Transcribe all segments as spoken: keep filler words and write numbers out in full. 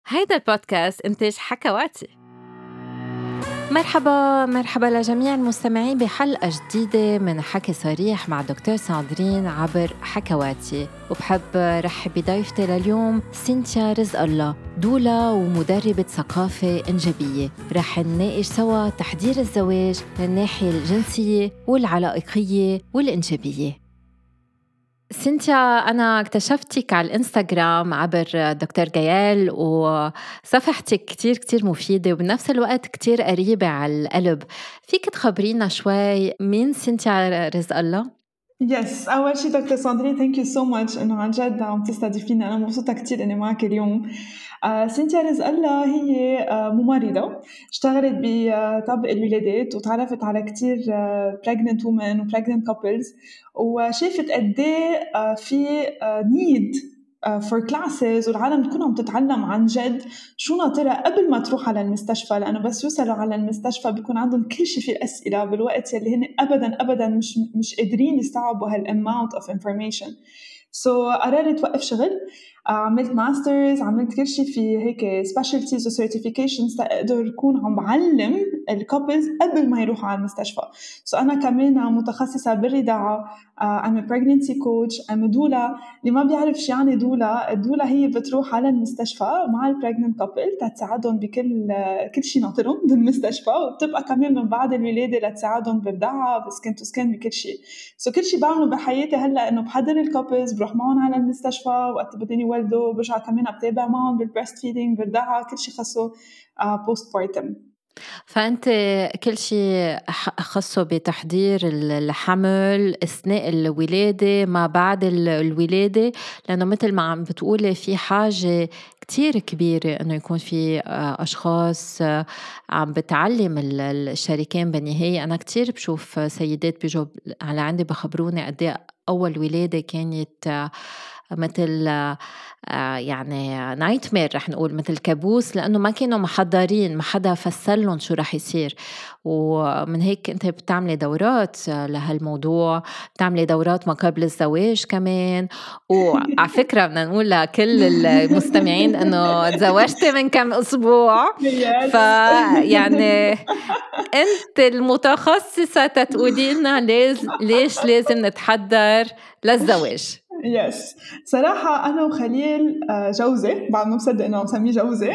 هيدا البودكاست إنتاج حكواتي. مرحبا مرحبا لجميع المستمعين بحلقة جديدة من حكي صريح مع دكتور ساندرين عبر حكواتي. وبحب رحب بضيفتي لليوم سينتيا رزق الله، دولة ومدربة ثقافة إنجابية. رح نناقش سوا تحضير الزواج من الناحية الجنسية والعلائقية والإنجابية. سينتيا، أنا اكتشفتك على الإنستغرام عبر دكتور جيال، وصفحتك كتير كتير مفيدة وبنفس الوقت كتير قريبة على القلب. فيك تخبرينا شوي مين سينتيا رزق الله؟ يس أول شيء دكتور ساندرين ثانك يو سو ماتش إنه عن جد عم تستضيفيني. أنا مبسوطة كتير إني معك اليوم. آه سينتيا رزق الله هي آه ممرضة، اشتغلت بطب الولادات وتعرفت على كتير آه pregnant women و pregnant couples، وشافت قديه آه في آه need Uh, for classes والعالم تكون عم تتعلم عن جد شو ناطرة قبل ما تروح على المستشفى، لأنه بس يوصلوا على المستشفى بيكون عندهم كل شيء في أسئلة بالوقت يلي هن أبداً أبداً مش مش قادرين يستوعبوا هال amount of information. so قررت توقف شغل. uh, عملت ماسترز، عملت كل شيء في هيك specialties و certifications تقدر يكون عم بعلم الكابلز قبل ما يروحوا على المستشفى. so أنا كمان متخصصة بالرضاعة. uh, I'm a pregnancy coach. I'm a doula. اللي ما بيعرف شو يعني دولا، الدولا هي بتروح على المستشفى مع البريجننت كابل تتساعدهم بكل كل شيء ناطرهم بالمستشفى، وبتبقى كمان من بعد الولادة لتساعدهم بالرضاعة بسكن تو سكن بكل شيء. سو كل شيء بعمله بحياتي هلا إنه بحضر الكابلز، بروح معهم على المستشفى وقت بدهم يولدوا، برجع كمان بتابع معهم بالبريست فيدينج بالرضاعة، كل شيء خاصه بوست بارتم. فأنت كل شيء خاصه بتحضير الحمل أثناء الولادة ما بعد الولادة، لأنه مثل ما عم بتقولي في حاجة كتير كبيرة أنه يكون في أشخاص عم بتعلم الشريكين. بالنهاية أنا كتير بشوف سيدات بيجوا على عندي بخبروني قد أول ولادة كانت مثل يعني نايت مير، رح نقول مثل كابوس، لأنه ما كانوا محضرين، ما حدا فسرلهم شو رح يصير. ومن هيك أنت بتعملي دورات لهالموضوع، بتعملي دورات ما قبل الزواج كمان. وعلى فكرة بدنا نقول لكل المستمعين أنه تزوجتي من كم أسبوع، فيعني أنت المتخصصة تتقولي لنا ليش لازم نتحضر للزواج. يس صراحة أنا وخليل جوزة، بعد ما بصدق إنه مسميه جوزة.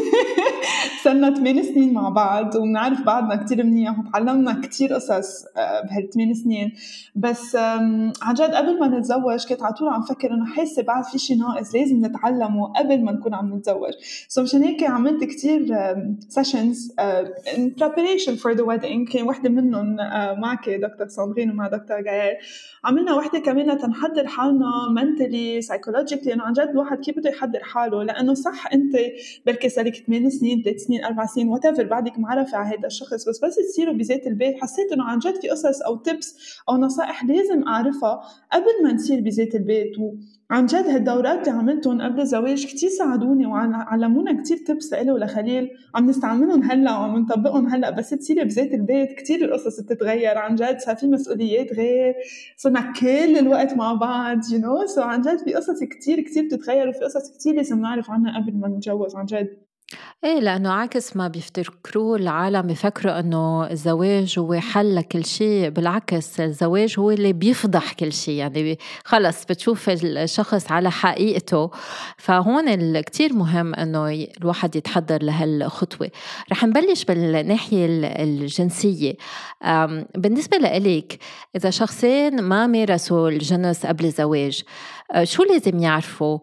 صرنا ثمان سنين مع بعض وبنعرف بعضنا كتير منيح وتعلمنا كتير قصص بهالثمان سنين. بس عن جد قبل ما نتزوج كنت على طول عم فكر إنه حاسة بعد في شيء ناقص لازم نتعلمه قبل ما نكون عم نتزوج. so مشان هيك عملت كتير sessions in preparation for the wedding. كان واحدة منهم معك دكتور ساندرين ومع دكتور جيال. عملنا واحدة كمان تنحضر حالنا mentally psychologically، لأنه عن جد الواحد كيف بده يحضر حاله، لأنه صح أنت بركي صارك ثمان سنين ثلاث سنين أربع سنين whatever بعدك معرفة على هذا الشخص، بس بس تصيروا بذات البيت حسيت إنه عن جد في قصص أو tips أو نصائح لازم أعرفها قبل ما نصير بذات البيت. وعن جد هالدورات اللي عملتهم قبل الزواج كتير ساعدوني وعلمونا كتير tips لإله ولخليل عم نستعملهم هلا وعم نطبقهم هلا، بس تصيري بذات البيت كتير القصص بتتغير. عن جد صار في مسؤوليات غير، صرنا كل الوقت مع بعض you know so عن جد في قصص كتير كتير بتتغير وفي قصص كتير لازم نعرف عنها قبل ما نتجوز. عن جد ايه، لانه عكس ما بيفتكروا العالم، بيفكروا انه الزواج هو حل كل شيء. بالعكس الزواج هو اللي بيفضح كل شيء، يعني خلص بتشوف الشخص على حقيقته. فهون كتير مهم انه الواحد يتحضر لهالخطوة. رح نبلش بالناحية الجنسية. بالنسبة لإليك، اذا شخصين ما مارسوا الجنس قبل الزواج شو لازم يعرفوا؟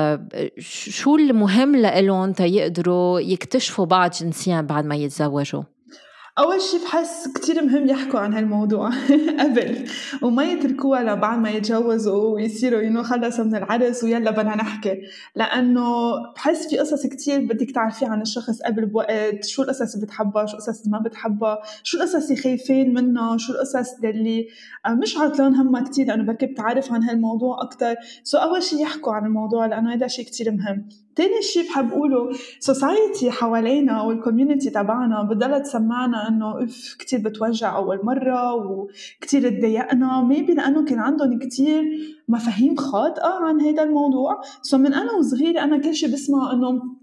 شو المهم لهم تيقدروا يكتشفوا بعض جنسيا بعد ما يتزوجوا؟ أول شي بحس كتير مهم يحكوا عن هالموضوع قبل، وما يتركوها لبعد ما يتجوزوا ويصيروا ينو خلصوا من العرس ويلا بدنا نحكي، لأنه بحس في قصص كتير بدك تعرفي عن الشخص قبل بوقت. شو القصص اللي بتحبها، شو القصص اللي ما بتحبها، شو القصص اللي خايفين منها، شو القصص اللي مش عاطلان همها كتير لأنه بركي بتعرف عن هالموضوع أكتر. سو أول شي يحكوا عن الموضوع لأنه هذا شي كتير مهم. تاني شي بحب أقوله society حوالينا والcommunity تبعنا بضلها تسمعنا إنه إف كتير بتوجع أول مرة وكتير تضايقنا maybe لأنه كان عندهم كتير مفاهيم خاطئة عن هذا الموضوع. so من أنا وصغيرة أنا كل شي بسمع إنه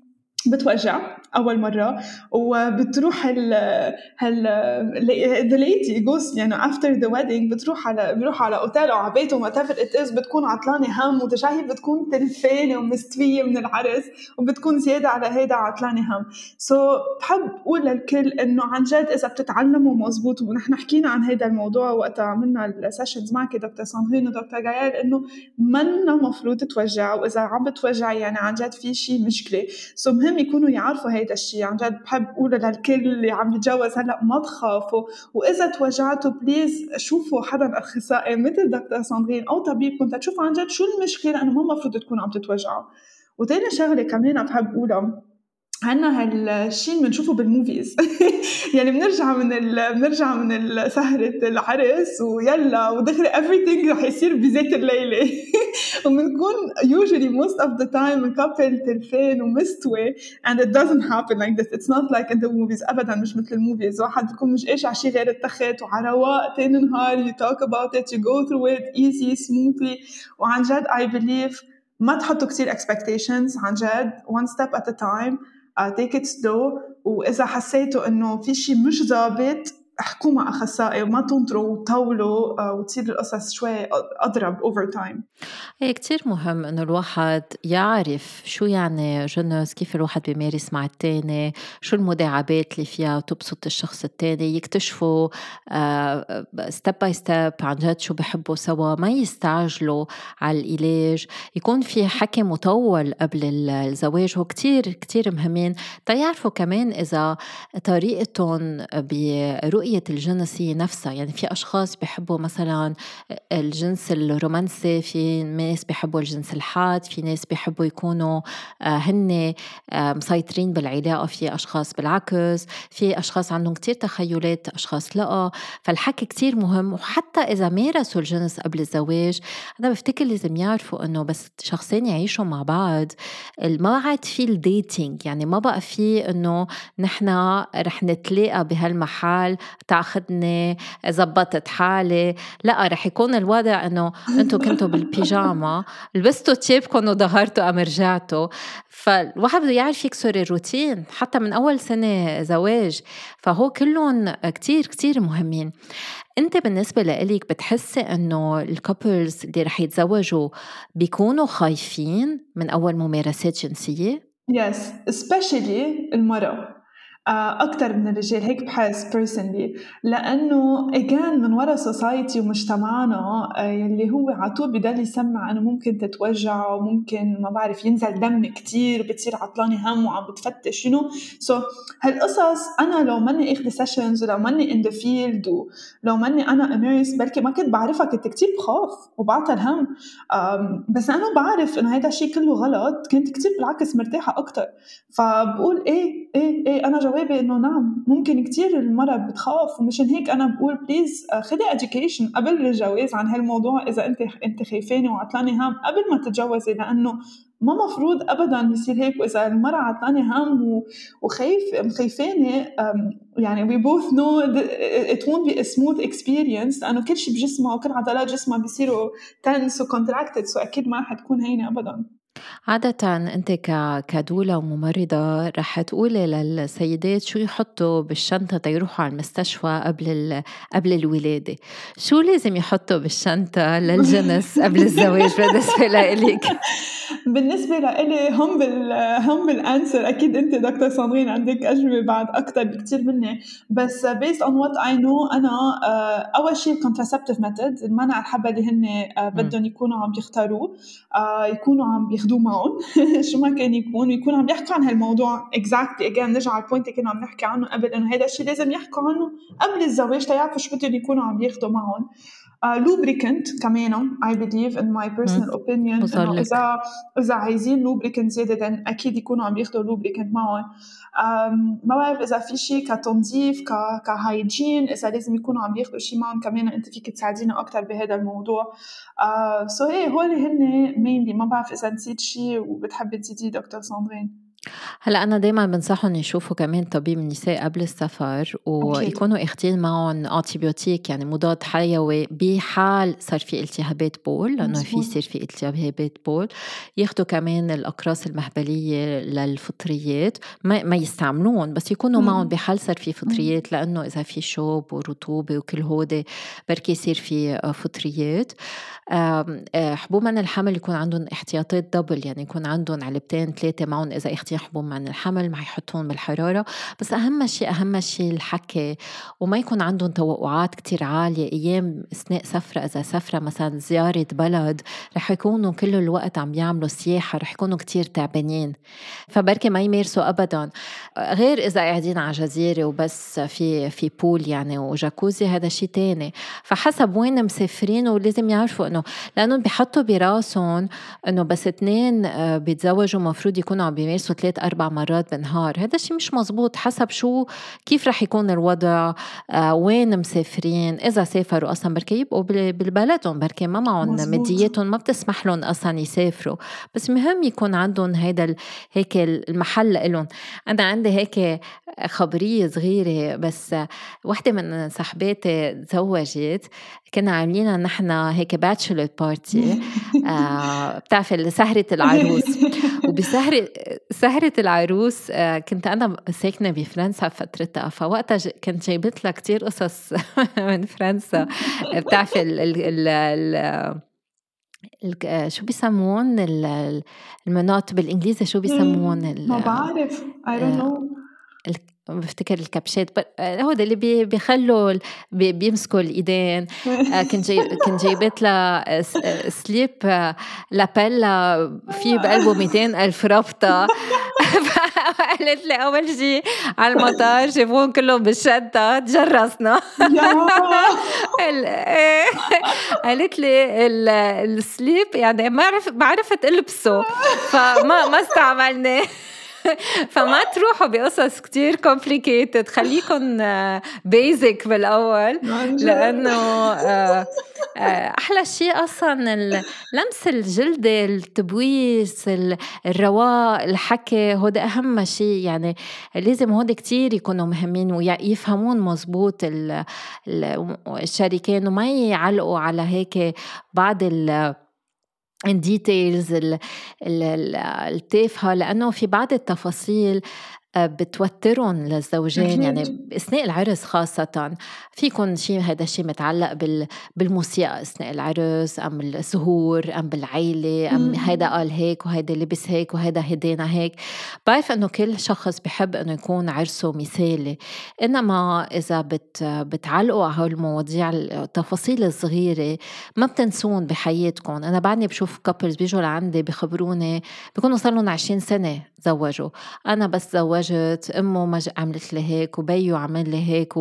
بتوجع أول مرة وبتروح هال هال the lady goes يعني after the wedding بتروح على بيروح على أوتيل أو على بيته whatever it is بتكون عطلانة هم وتجاهي بتكون تلفانة ومستوية من العرس وبتكون زيادة على هيدا عطلانة هم so بحب أقول للكل إنه عن جد إذا بتتعلموا مزبوط ونحن حكينا عن هيدا الموضوع وقت عملنا السيشنز معك دكتور ساندرين ودكتور جايال إنه منا مفروض توجع وإذا عم بتوجع يعني عن جد في شي مشكلة so مهم يكونوا يعرفوا هيدا الشيء عن جد بحب أقول للكل اللي عم يتجوز هلأ ما تخافوا وإذا توجعتوا بليز شوفوا حدا أخصائي مثل دكتور ساندرين أو طبيب كنت تشوفوا عن جد شو المشكلة لأنه ما مفروض تكونوا عم تتوجعوا وتاني شغلة كمان بحب أقولها عنا هالشيء بنشوفه بالموفيز يعني بنرجع من ال بنرجع من سهرة العرس ويلا ودخل everything رح يصير بذات الليلة وبنكون usually most of the time الكابل تلفين ومستوي and it doesn't happen like this it's not like in the movies أبدا مش مثل الموفيز واحد بيكون مش إيش عشي غير التخت وعلى رواق تاني نهار you talk about it you go through it easy smoothly وعن جد I believe ما تحطوا كتير expectations عن جد one step at a time Uh, take it slow وإذا حسيتوا إنه في شيء مش ضابط احكوا مع أخصائي وما تنطروا وتطولوا uh, وتصير القصص شوي أضرب over time. هي كتير مهم إنه الواحد يعرف شو يعني جنس كيف الواحد بيمارس مع التاني شو المداعبات اللي فيها تبسط الشخص التاني يكتشفوا uh, step by step عن جد شو بحبوا سوا ما يستعجلوا على العلاج يكون في حكي مطول قبل الزواج هو كتير كتير مهمين تيعرفوا كمان إذا طريقتهم برؤية الجنسية نفسها يعني في أشخاص بيحبوا مثلا الجنس الرومانسي في ناس بيحبوا الجنس الحاد في ناس بيحبوا يكونوا هن مسيطرين بالعلاقة في أشخاص بالعكس في أشخاص عندهم كتير تخيلات أشخاص لا فالحكي كتير مهم وحتى إذا مارسوا الجنس قبل الزواج أنا بفتكر لازم يعرفوا أنه بس شخصين يعيشوا مع بعض ما عاد في الديتينج يعني ما بقى في أنه نحن رح نتلاقى بهالمحل تاخدني زبطت حالي لا رح يكون الوضع أنه أنتوا كنتوا بالبيجاما لبستوا تيبكم وظهرتوا أم رجعتوا فالواحد بده يعرف يكسر الروتين حتى من أول سنة زواج فهو كلهم كتير كتير مهمين أنت بالنسبة لإليك بتحسي أنه الكابلز اللي رح يتزوجوا بيكونوا خايفين من أول ممارسات جنسية؟ Yes, especially المرأة أكتر من الرجال هيك بحس personally لأنه again من وراء society ومجتمعنا يلي هو عطول بدل يسمع أنه ممكن تتوجع وممكن ما بعرف ينزل دم كتير بتصير عطلاني هم وعم بتفتش you know so هالقصص أنا لو مني إخذ sessions ولو مني in the field ولو مني أنا immersed بلكي ما كنت بعرفها كنت كتير بخاف وبعطل هم بس أنا بعرف إنه هيدا الشيء كله غلط كنت كتير بالعكس مرتاحة أكتر فبقول إيه إيه إيه أنا جوابي إنه نعم ممكن كتير المرأة بتخاف ومشان هيك أنا بقول بليز خدي education قبل الجواز عن هالموضوع إذا أنت أنت خايفانة وعطلانة هم قبل ما تتجوزي لأنه ما مفروض أبداً يصير هيك وإذا المرأة عطلانة هم وخايف خايفانة يعني we both know it won't be a smooth experience لأنه كل شيء بجسمها وكل عضلات جسمها بيصيروا tense و contracted so أكيد ما رح تكون هينة أبداً. عادة أنت كدولة وممرضة رح تقولي للسيدات شو يحطوا بالشنطة تيروحوا على المستشفى قبل قبل الولادة شو لازم يحطوا بالشنطة للجنس قبل الزواج بالنسبة لإليك؟ بالنسبة لإلي هم بال هم بالأنسر أكيد أنت دكتور ساندرين عندك أجوبة بعد أكتر بكتير مني بس based on what I know أنا أول شيء contraceptive methods المنع الحبة اللي هن بدهم يكونوا عم يختاروه يكونوا عم ياخدوه معهم شو ما كان يكون ويكونوا عم يحكوا عن هالموضوع exactly again نرجع على البوينت اللي كنا عم نحكي عنه قبل إنه هذا الشيء لازم يحكوا عنه قبل الزواج تيعرفوا شو بدهم يكونوا عم ياخدوا معهم. Uh, lubricant كمان I believe in my personal opinion إنه إذا إذا عايزين lubricant زيادة then أكيد يكونوا عم ياخدوا lubricant معهم. um, ما بعرف إذا في شيء كتنظيف ك كهايجين إذا لازم يكونوا عم ياخدوا شيء معهم كمان أنت فيك تساعدينا أكتر بهذا الموضوع. uh, so هي هول هن mainly ما بعرف إذا نسيت شيء وبتحبي تزيدي دكتور ساندرين. هلا أنا دايما بنصحهم يشوفوا كمان طبيب نساء قبل السفر أكيد. ويكونوا اخدين معهم أنتيبيوتيك يعني مضاد حيوي بحال صار في التهابات بول، لأنه في مزبوط. يصير في التهابات بول. ياخدوا كمان الأقراص المهبلية للفطريات، ما, ما يستعملون بس يكونوا معهم مم. بحال صار في مم. فطريات، لأنه إذا في شوب ورطوبة وكل هودي بركي يصير في آه، فطريات. آم، آه، حبوب منع الحمل يكون عندهم احتياطات دبل، يعني يكون عندهم علبتين ثلاثة معهم إذا اختي حبوب منع الحمل ما يحطون بالحرارة. بس أهم شيء أهم شيء الحكي، وما يكون عندهم توقعات كتير عالية أيام أثناء سفرة. إذا سفرة مثلا زيارة بلد رح يكونوا كل الوقت عم يعملوا سياحة، رح يكونوا كتير تعبانين، فبركي ما يمارسوا أبدا. غير إذا قاعدين على جزيرة وبس في في بول يعني وجاكوزي، هذا شيء تاني. فحسب وين مسافرين ولازم يعرفوا إنه، لأنهم بيحطوا براسهم إنه بس اتنين آه، بيتزوجوا مفروض يكونوا عم بيمارسوا ثلاث أربع مرات بالنهار. هذا الشيء مش مزبوط. حسب شو كيف رح يكون الوضع، آه، وين مسافرين. إذا سافروا أصلا بركي يبقوا بال- بالبلدهم، بركي ما معهم مزبوط. مادياتهم ما بتسمح لهم أصلا يسافروا. بس مهم يكون عندهم هيدا ال- هيك المحل لهم. أنا عندي هيك خبرية صغيرة، بس وحدة من صاحباتي تزوجت، كنا عاملين نحن هيك باتشلر بارتي، آه بتعرفي سهرة العروس. وبسهرة سهرة العروس آه كنت أنا ساكنة بفرنسا فترتها، فوقتها ج- كنت جايبت لها كتير قصص من فرنسا. بتعرفي ال ال ال ال ال- آه، شو بيسمون ال- ال- المناط بالإنجليزي، شو بيسمون ال- ما بعرف. I don't آه، know. الك- بفتكر الكبشات ب- آه، هو ده اللي بي- بيخلوا ال- بي- بيمسكوا الايدين. آه، كنت جاي كنت جايبت لها س- آه، سليب آه، لابيلا فيه بقلبه مئتين ألف ربطة. فقالت لي أول شي على المطار جيبوهم كلهم بالشنطة تجرسنا. يا ال- إيه. قالت لي ال- السليب يعني ما عرف ما عرفت البسه، فما ما استعملناه. فما تروحوا بقصص كتير complicated، خليكن بيزك بالأول، عن جد. لأنه آه، آه، أحلى شيء أصلا ال- لمس الجلد، التبويس، ال- الرواق، الحكي، هو ده أهم شيء. يعني لازم هود كتير يكونوا مهمين ويفهمون مزبوط ال- ال- الشريكين، وما يعلقوا على هيك بعض ال الديتيلز التافهة، لأنه في بعض التفاصيل آه، بتوترهم للزوجين. يعني أكيد. أثناء العرس خاصة فيكن شيء، هذا الشيء متعلق بال بالموسيقى أثناء العرس، أم الزهور، أم بالعيلة، أم هيدا قال هيك وهيدا لبس هيك وهيدا هدينا هيك. بعرف إنه كل شخص بحب إنه يكون عرسه مثالي، إنما إذا بت بتعلقوا على هالمواضيع التفاصيل الصغيرة ما بتنسون بحياتكم. أنا بعدني بشوف كابلز بيجوا لعندي بخبروني بيكونوا صار لهم عشرين سنة زوجوا، أنا بس زوجت، أمه ما عملت لي هيك وبيو عمل لي هيك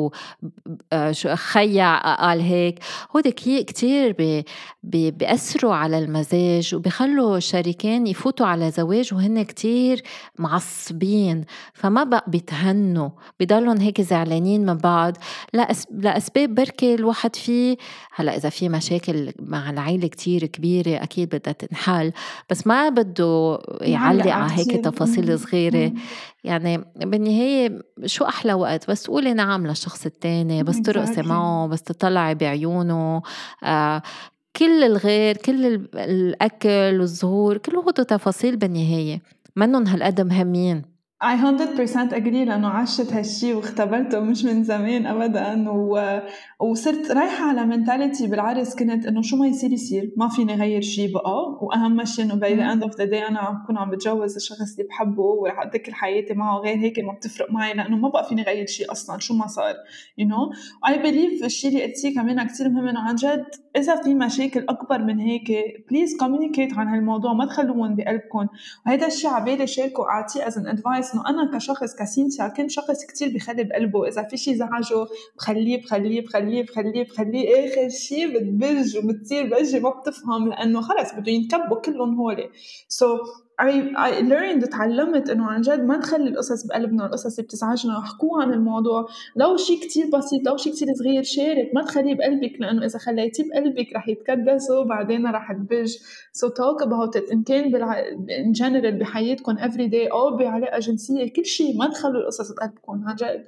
وشو خيع قال هيك. هودي كتير بي بي بيأثروا على المزاج وبيخلوا الشريكين يفوتوا على زواج وهن كتير معصبين، فما بقى بيتهنوا، بيضلون هيك زعلانين من بعض لأس... لأسباب بركي الواحد فيه. هلأ إذا في مشاكل مع العيلة كتير كبيرة أكيد بدها تنحل، بس ما بده يعلق على هيك تفاصيل صغيرة. يعني بالنهاية شو أحلى وقت بس تقولي نعم للشخص التاني، بس ترقصي معه، بس تطلعي بعيونه، آه كل الغير، كل الأكل والظهور، كله هو تفاصيل بالنهاية منهم هالقد مهمين. I one hundred percent agree لأنه عشت هالشي واختبرته مش من زمان أبداً و... وصرت رايحة على mentality بالعرس كنت إنه شو ما يصير يصير ما فيني غير شي بقى، وأهم شي إنه by the end of the day أنا عم بكون عم بتجوز الشخص اللي بحبه ورح أقضي كل حياتي معه، غير هيك ما بتفرق معي لأنه ما بقى فيني غير شي أصلاً شو ما صار you know. I believe الشي اللي قلتيه كمان كتير مهم إنه عن جد إذا في مشاكل أكبر من هيك please communicate عن هالموضوع، ما تخلوهم بقلبكم. وهيدا الشي عبالي شاركه أعطيه as an advice إنه أنا كشخص كسينتيا كنت شخص كتير بخلي بقلبه، إذا في شي زعجه بخليه بخليه بخليه بخليه بخليه آخر شي بتبج وبتصير بجي ما بتفهم لأنه خلص بده ينكبوا كلهم هولي. so I, I learned تعلمت إنه عن جد ما نخلي القصص بقلبنا، القصص اللي بتزعجنا احكوا عن الموضوع، لو شيء كتير بسيط لو شيء كتير صغير شارك، ما تخليه بقلبك لأنه إذا خليتيه بقلبك رح يتكدسوا بعدين رح تبج. so talk about it إن كان بالع... in general بحياتكم every day أو بعلاقة جنسية، كل شيء ما تخلوا القصص بقلبكم عن جد.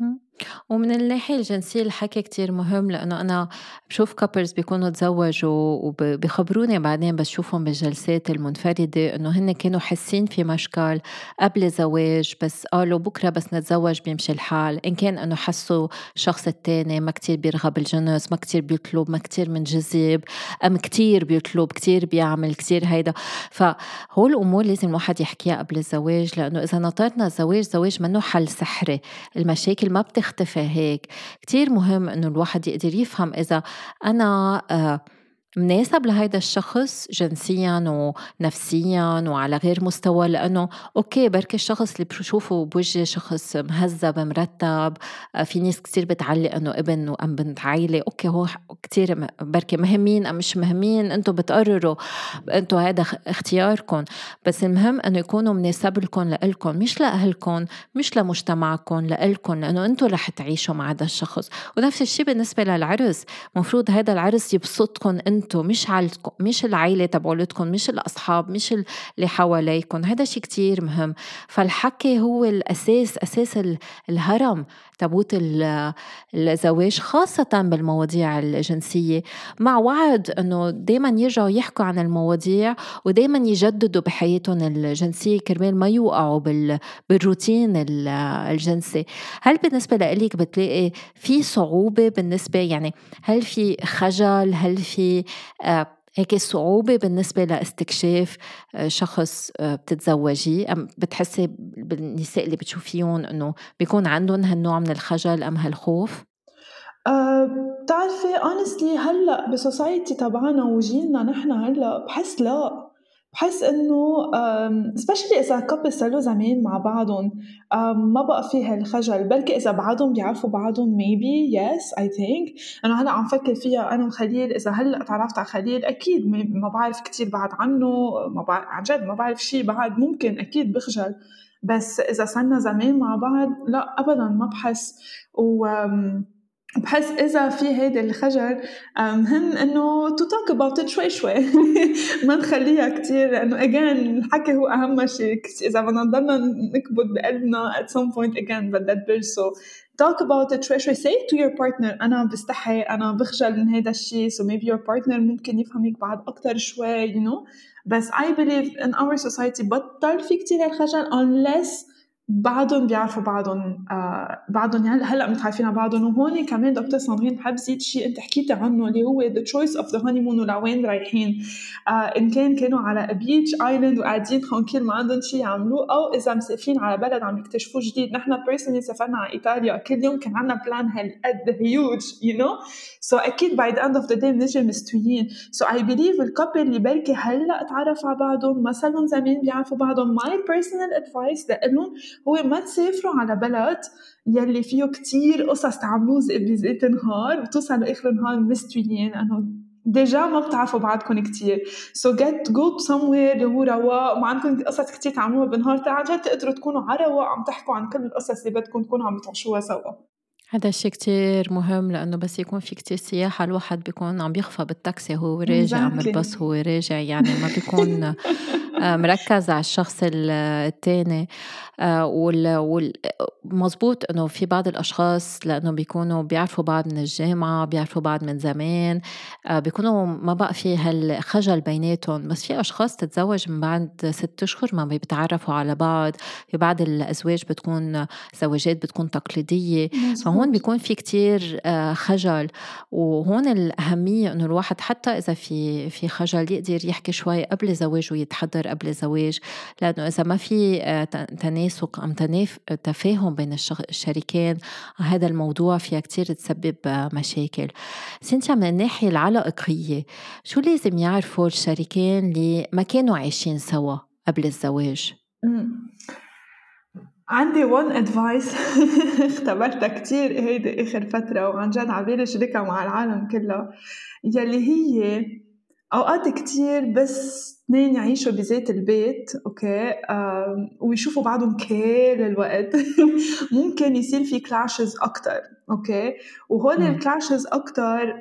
ومن الناحية الجنسية الحكي كتير مهم، لأنه أنا بشوف كابلز بيكونوا تزوجوا وبيخبروني بعدين بشوفهم بالجلسات المنفردة إنه هن كانوا حاسين في مشكل قبل الزواج، بس قالوا بكرة بس نتزوج بيمشي الحال. إن كان إنه حسوا الشخص التاني ما كتير بيرغب الجنس، ما كتير بيطلب، ما كتير منجذب، أم كتير بيطلب، كتير بيعمل، كتير هيدا. فهول الأمور لازم الواحد يحكيها قبل الزواج، لأنه إذا نطرنا الزواج زواج منه حل سحري، المشاكل ما بتختفي هيك. كتير مهم إنه الواحد يقدر يفهم إذا أنا آه مناسب لهيدا الشخص جنسياً ونفسياً وعلى غير مستوى، لأنه أوكي بركي الشخص اللي بشوفه بوجه شخص مهذب مرتب، في ناس كتير بتعلق أنه ابن وأم بنت عائلة، أوكي هو كتير بركي مهمين أم مش مهمين، أنتوا بتقرروا، أنتوا هذا اختياركم، بس المهم أنه يكونوا مناسب لكم لإلكم، مش لأهلكم، مش لمجتمعكم، لإلكم، لأنه أنتوا رح تعيشوا مع هذا الشخص. ونفس الشيء بالنسبة للعرس، مفروض هذا العرس يبسطكم انتو، مش عائلتكم، مش العائلة تبعولتكم، مش الأصحاب، مش اللي حواليكم. هذا شيء كتير مهم. فالحكي هو الأساس، أساس الهرم تبوت الزواج، خاصة بالمواضيع الجنسية، مع وعد أنه دايما يرجعوا يحكوا عن المواضيع ودايما يجددوا بحياتهم الجنسية كرمال ما يوقعوا بالروتين الجنسي. هل بالنسبة لإليك بتلاقي في صعوبة بالنسبة، يعني هل في خجل، هل في آه هيك صعوبة بالنسبة لاستكشاف آه شخص آه بتتزوجي، أم بتحسي بالنساء اللي بتشوفيهم أنه بيكون عندهم هالنوع من الخجل أم هالخوف؟ أه بتعرفي honestly هلأ بسوسايتي تبعنا وجيلنا نحن هلأ بحس لا، بحس إنه especially إذا كابل صاروا زمان مع بعضهم ما بقى فيه هالخجل. بلكي إذا بعضهم بيعرفوا بعضهم maybe yes I think. أنا هلأ عم فكر فيها أنا وخليل، إذا هلأ تعرفت على خليل أكيد ما بعرف كتير بعد عنه، ما بعرف عن جد ما بعرف شي بعد، ممكن أكيد بخجل، بس إذا صرنا زمان مع بعض لا أبداً ما بحس. و بحس إذا في هيدا الخجل مهم إنه to talk about it شوي شوي ما نخليها كتير، لأنه again الحكي هو أهم شيء. إذا بدنا نضلنا نكبت بقلبنا at some point again بدها تبرج. so talk about it شوي شوي. say to your partner أنا بستحي، أنا بخجل من هيدا الشيء، so maybe your partner ممكن يفهمك بعد أكتر شوي you know. بس I believe in our society بطل في كتير الخجل unless بعضهم بيعرفوا بعضهم آه بعضهم يعني هلأ متعرفين على بعضهم. وهون كمان دكتور ساندرين بحب زيد شيء أنت حكيتي عنه اللي هو the choice of the honeymoon ولوين رايحين. آه إن كان كانوا على beach island وقاعدين خانكين ما عندهم شيء يعملوه، أو إذا مسافرين على بلد عم يكتشفوه جديد. نحن personally سافرنا على إيطاليا كل يوم كان عنا plan هالقد huge you know. so أكيد by the end of the day بنجي مستويين. so I believe الكابل اللي بركي هلأ تعرف على بعضهم ما صاروا زمان بيعرفوا بعضهم my personal advice لإلهم هو ما تسافروا على بلد يلي فيه كتير قصص تعملوه بذات نهار وتوصلوا آخر النهار مستويين، لأنه ديجا ما بتعرفوا بعضكم كتير. so get go somewhere اللي هو رواق وما عندكم قصص كتير تعملوها بالنهار، تعجل تقدروا تكونوا على رواق عم تحكوا عن كل القصص اللي بدكم تكونوا عم تعيشوها سوا. هذا الشيء كتير مهم، لأنه بس يكون في كتير سياحة الواحد بيكون عم يخفى بالتاكسي هو راجع من الباص هو راجع، يعني ما بيكون مركز على الشخص التاني. والمزبوط أنه في بعض الأشخاص لأنه بيكونوا بيعرفوا بعض من الجامعة، بيعرفوا بعض من زمان، بيكونوا ما بقى في هالخجل بيناتهم. بس في أشخاص تتزوج من بعد ست أشهر ما بيتعرفوا على بعض، في بعض الأزواج بتكون زواجات بتكون تقليدية، فهون بيكون في كتير خجل. وهون الأهمية أنه الواحد حتى إذا في في خجل يقدر يحكي شوي قبل الزواج ويتحضر قبل الزواج، لأنه إذا ما في تناسق أم تفاهم بين الشريكين هذا الموضوع فيها كتير تسبب مشاكل. سينتيا من الناحية العلاقية شو لازم يعرفوا الشريكين اللي ما كانوا عايشين سوا قبل الزواج؟ عندي one advice اختبرتها كتير هيدي آخر فترة وعن جد عبالي شركة مع العالم كلها، يلي هي أوقات كتير بس اثنين يعيشوا بذات البيت أوكي ويشوفوا بعضهم كل الوقت ممكن يصير في كلاشز أكتر أوكي وهول الكلاشز أكتر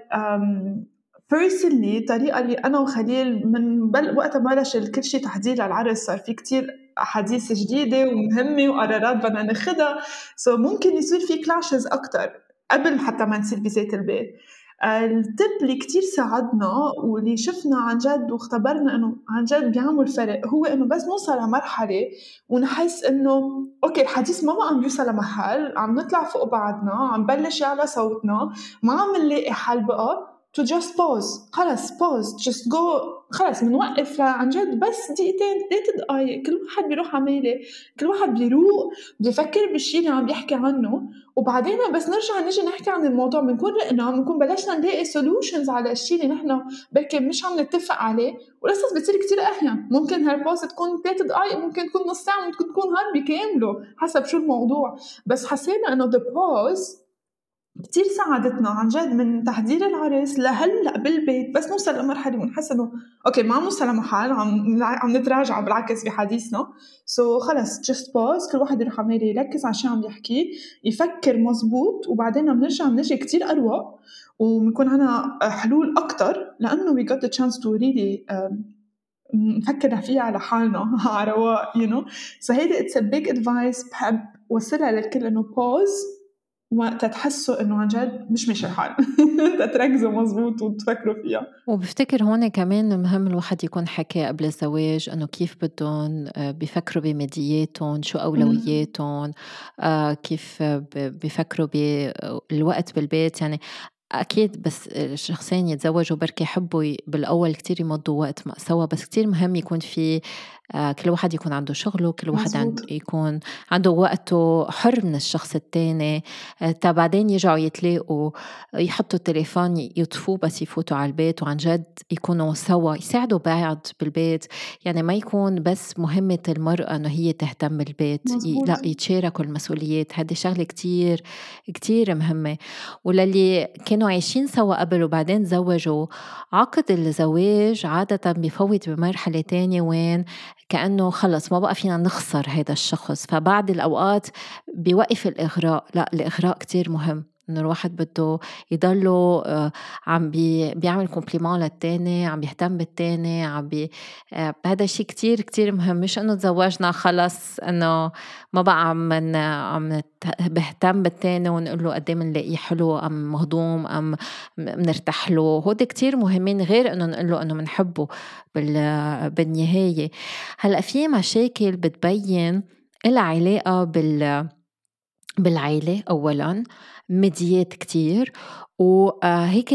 personally طريقة اللي أنا وخليل من بل وقت بلش كل شيء تحضير للعرس صار في كتير أحاديث جديدة ومهمة وقرارات بدنا ناخدها so ممكن يصير في كلاشز أكتر قبل حتى ما نصير بذات البيت. التب اللي كتير ساعدنا واللي شفنا عن جد واختبرنا إنه عن جد بيعمل فرق هو إنه بس نوصل لمرحلة ونحس إنه أوكي الحديث ما بقى عم يوصل لمحل عم نطلع فوق بعضنا عم بلش يعلى صوتنا ما عم نلاقي حل بقى to just pause خلص pause just go خلص منوقف عن جد بس دقيقتين ثلاث دقايق كل واحد بيروح عماله كل واحد بيروق بيفكر بالشيء اللي عم بيحكي عنه وبعدين بس نرجع نيجي نحكي عن الموضوع بنكون رقنا بنكون بلشنا نلاقي solutions على الشيء اللي نحن بركي مش عم نتفق عليه والقصص بتصير كتير أحيان ممكن هالبوز تكون ثلاث دقايق ممكن تكون نص ساعة ممكن تكون هاد بكامله حسب شو الموضوع بس حسينا إنه the pause كتير ساعدتنا عن جد من تحضير العرس لهلأ بالبيت بس نوصل لمرحلة ونحس إنه أوكي ما عم نوصل لمحل عم عم نتراجع بالعكس بحديثنا سو so خلص just pause كل واحد يروح عمال يركز على شيء عم يحكي يفكر مزبوط وبعدين بنرجع بنجي كتير أروق وبنكون عنا حلول أكتر لأنه we got the chance to really um, نفكر فيها على حالنا على رواق you know so هيدا it's a big advice بحب وصلها للكل إنه pause وقت تحسوا إنه عن جد مش ماشي الحال تتركزوا مزبوط وتفكروا فيها. وبفتكر هون كمان مهم الواحد يكون حكي قبل الزواج إنه كيف بدهم بيفكروا بمادياتهم شو أولوياتهم كيف بيفكروا بالوقت بالبيت يعني أكيد بس الشخصين يتزوجوا بركي يحبوا بالأول كتير يمضوا وقت سوا بس كتير مهم يكون في كل واحد يكون عنده شغله كل واحد عند يكون عنده وقته حر من الشخص التاني تا بعدين يرجعوا يتلاقوا يحطوا التليفون يطفوه بس يفوتوا على البيت وعن جد يكونوا سوا يساعدوا بعض بالبيت يعني ما يكون بس مهمة المرأة أنه هي تهتم بالبيت ي... لا يتشاركوا المسؤوليات هذه شغلة كتير كتير مهمة وللي كانوا عايشين سوا قبل وبعدين زوجوا عقد الزواج عادة بيفوت بمرحلة تانية وين كأنه خلص ما بقى فينا نخسر هذا الشخص فبعد الأوقات بيوقف الإغراء لا الإغراء كتير مهم إنه الواحد بده يضله عم بي بيعمل كومبليمان للتاني عم بيهتم بالتاني عم بي هذا الشيء كتير كتير مهم مش إنه تزوجنا خلص إنه ما بقى عم عم بهتم بالتاني ونقول له قدام نلاقيه حلو أم مهضوم أم منرتاح له هودي كتير مهمين غير إنه نقول له إنه منحبه بالنهاية. هلأ في مشاكل بتبين إلها علاقة بال بالعائلة أولاً مديات كتير وهيك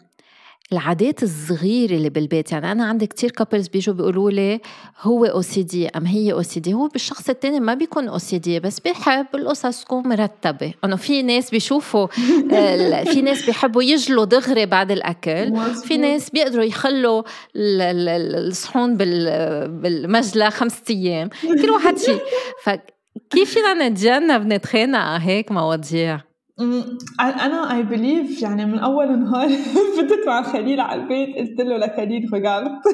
العادات الصغيرة اللي بالبيت يعني أنا عندي كتير كابلز بيجوا بيقولوا لي هو أو سي دي أم هي أو سي دي هو بالشخص التاني ما بيكون أو سي دي بس بيحب القصص تكون مرتبة أنه في ناس بيشوفوا في ناس بيحبوا يجلوا دغري بعد الأكل في ناس بيقدروا يخلوا الصحون بالمجلة خمسة أيام كل واحد شيء فكيف فينا نتجنب نتخانق على هيك مواضيع؟ أنا I believe يعني من أول نهار فتت مع خليل على البيت قلت له لخليل regarde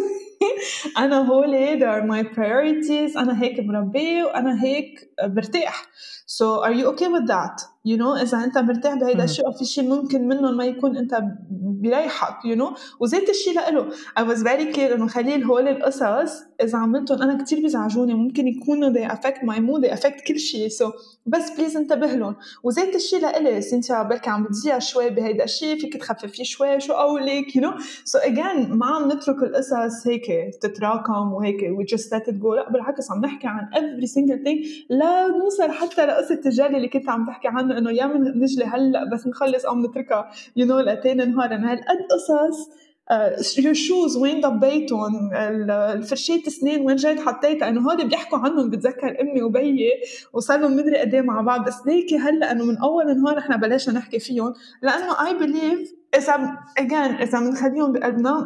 أنا هولي they are my priorities أنا هيك مربيه وأنا هيك برتاح so are you okay with that you know إذا أنت مرتاح بهيدا الشيء أو في شيء ممكن منهم ما يكون أنت بريحك you know وزيت الشيء لإله I was very clear إنه خليل هول القصص إذا عملتهم أنا كتير بيزعجوني ممكن يكونوا they affect my mood they affect كل شيء so بس بليز انتبه لهم وزيت الشيء لإلي سنتيا بركي عم بتزيع شوي بهيدا الشيء فيك تخففيه شوي شو قولك you know so again ما عم نترك القصص هيك تتراكم وهيك we just let it go لا بالعكس عم نحكي عن every single thing لا نوصل حتى لقصة التجلي اللي كنت عم تحكي عنه إنه يا من نجلي هلأ بس نخلص أو نتركها you know لتاني نهار أنا هالقد قصص your shoes وين ضبيتهم الفرشية السنين وين جاي حطيتها إنه هودي بيحكوا عنهم بتذكر أمي وبيي وصاروا مدري قديه مع بعض بس ليكي هلأ إنه من أول نهار إحنا بلشنا نحكي فيهم لأنه I believe إذا again إذا منخليهم بقلبنا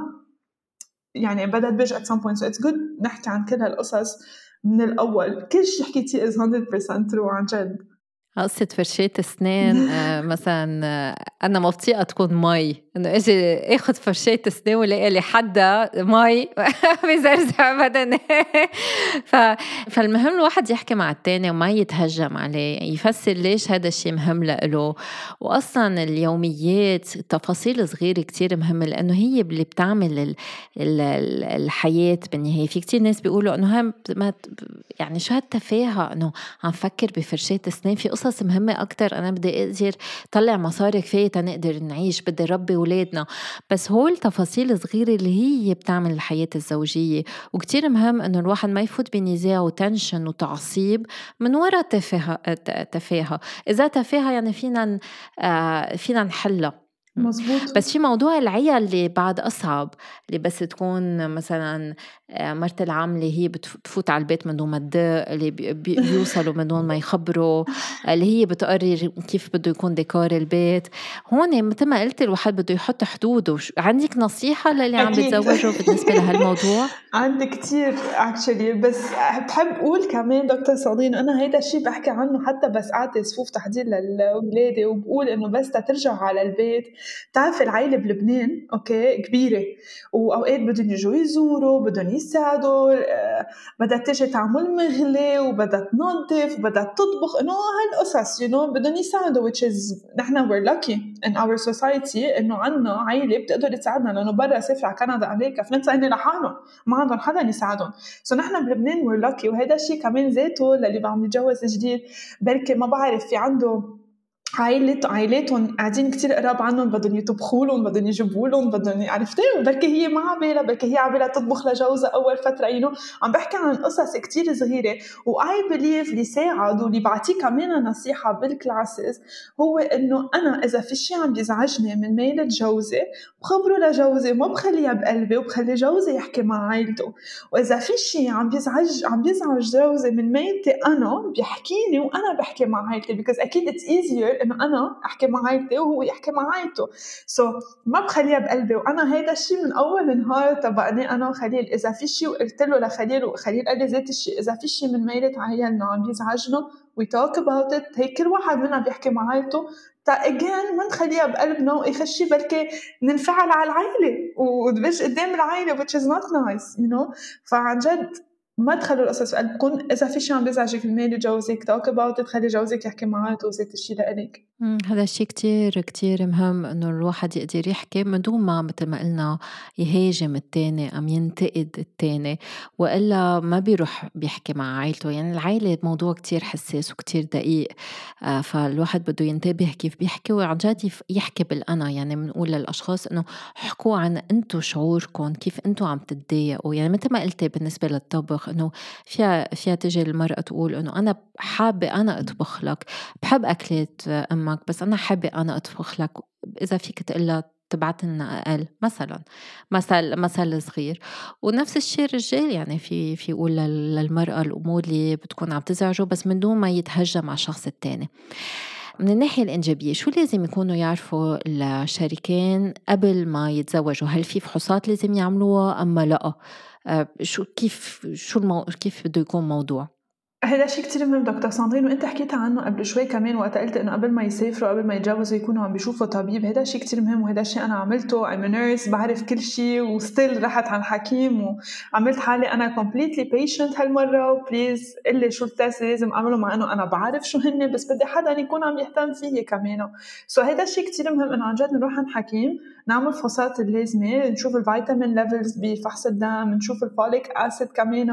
يعني بدأت بيج at some point so it's good نحكي عن كل هالقصص من الأول كل شيء حكيتي is one hundred percent true عن جد. قصة فرشاة أسنان آه، مثلا آه، أنا ما بطيقة تكون مي، إنه أجي آخد فرشاة أسنان ولاقي لي حدا مي بزرزع بدني. ف... فالمهم الواحد يحكي مع التاني وما يتهجم عليه، يفسر ليش هذا الشيء مهم له. وأصلا اليوميات تفاصيل صغيرة كتير مهمة، لأنه هي اللي بتعمل ال... ال... الحياة بالنهاية. في كتير ناس بيقولوا إنه هم ما يعني شو هالتفاهة إنه عم فكر بفرشاة أسنان، في قصص مهمة أكتر. أنا بدي أقدر طلع مصاري كفاية تنقدر نعيش، بدي ربي ولادنا. بس هول تفاصيل صغيرة اللي هي بتعمل الحياة الزوجية. وكتير مهم إنه الواحد ما يفوت بنزاع وتنشن وتعصيب من وراء تفاهة. تفاهة إذا تفاهة يعني فينا فينا نحلها. مزبوط. بس في موضوع العيال اللي بعد أصعب، اللي بس تكون مثلا مرت العاملة هي بتفوت على البيت من دون ما تدق، اللي بيوصلوا من دون ما يخبروا، اللي هي بتقرر كيف بده يكون ديكور البيت. هون مثل ما قلت الواحد بده يحط حدوده. عندك نصيحة للي عم بتزوجوا بالنسبة لهالموضوع؟ عندي كتير actually، بس بحب أقول كمان دكتور صادين أنا هيدا الشيء بحكي عنه حتى بس أعطي صفوف تحضير للولادة، وبقول إنه بس ترجع على البيت. تعرف العائلة بلبنان أوكي كبيرة، وأوقات بدهم يجوا يزوروا، بدهم يساعدوا، بدها تيجي تعمل مغلي وبدها تنظف وبدها تطبخ، إنه هالقصص you know بدهم يساعدوا. which is نحن we're lucky in our society إنه عنا عائلة بتقدر تساعدنا، لأنه برا سافر على كندا أمريكا فننسى إني لحالهم ما عندهم حدا يساعدهم. سو نحن بلبنان we're lucky. وهذا الشيء كمان ذاته للي عم يتجوز جديد بركي ما بعرف في عنده عائلة عائلاتهم قاعدين كتير قراب عنهم، بدهم يطبخوا لهم، بدهم يجيبوا لهم، بدهم عرفتي، بركي هي ما عبالها، بركي هي عبالها تطبخ لجوزها أول فترة. ينو عم بحكي عن قصص كتير صغيرة. وآي بليف اللي ساعد واللي بعطيه كمان نصيحة بالكلاسز هو إنه أنا إذا في شيء عم بيزعجني من ميلة جوزي بخبره لجوزي، ما بخليها بقلبي وبخلي جوزي يحكي مع عائلته. وإذا في شيء عم بيزعج عم بيزعج جوزي من ميلتي أنا بيحكيني وأنا بحكي مع عائلتي، because أكيد it's easier إنه أنا أحكي مع عائلتي وهو يحكي مع عائلته. so ما بخليها بقلبي. وأنا هيدا الشيء من أول نهار طبقني أنا وخليل. إذا في شيء وقلت له لخليل وخليل قال لي ذات الشيء، إذا في شيء من ميلة عيالنا عم بيزعجنا we talk about it. هيك كل واحد منا بيحكي مع عائلته تا again ما نخليها بقلبنا ويخشي بلكي ننفعل على العائلة ودبش قدام العائلة which is not nice you know. فعن جد ما تخلوا القصص بقلبكم. إذا في شيء عم بيزعجك الميل جوزك talk about it، خلي جوزك يحكي معك وزيت الشيء لإلك. هذا الشيء كتير كتير مهم إنه الواحد يقدر يحكي من دون ما مثل ما قلنا يهاجم التاني أم ينتقد التاني، وإلا ما بيروح بيحكي مع عائلته. يعني العائلة موضوع كتير حساس وكتير دقيق، آه فالواحد بده ينتبه كيف بيحكي وعن جد يحكي بالأنا. يعني بنقول للأشخاص إنه حكوا عن أنتوا شعوركم، كيف أنتوا عم تتضايقوا. يعني مثل ما قلتي بالنسبة للطبخ إنه فيها فيها تجي المرأة تقول إنه أنا حابة أنا أطبخ لك، بحب أكلات أمك بس أنا حابة أنا أطبخ لك. إذا فيك تقلها تبعت لنا أقل مثلا، مثل مثل صغير. ونفس الشيء الرجال، يعني في في يقول للمرأة الأمور اللي بتكون عم تزعجه بس من دون ما يتهجم على الشخص التاني. من الناحية الإنجابية شو لازم يكونوا يعرفوا الشريكين قبل ما يتزوجوا؟ هل في فحوصات لازم يعملوها أما لا؟ شو كيف شو المو... كيف بده يكون موضوع؟ هذا شيء كتير مهم دكتور ساندرين، وانت حكيت عنه قبل شوي كمان وقت قلت انه قبل ما يسافروا قبل ما يتجوزوا يكونوا عم بيشوفوا طبيب. هذا شيء كتير مهم، وهذا شيء انا عملته. I'm a nurse بعرف كل شيء وستيل رحت عن حكيم وعملت حالي انا completely patient هالمرة. وبليز اللي شو التست لازم اعمله مع انه انا بعرف شو هن، بس بدي حدا يكون عم يهتم فيي كمان. سو so هذا شيء كتير مهم انه عن جد نروح عن حكيم نعمل فحوصات اللازمة، نشوف الفيتامين ليفلز بفحص الدم، نشوف الفوليك اسيد كمان،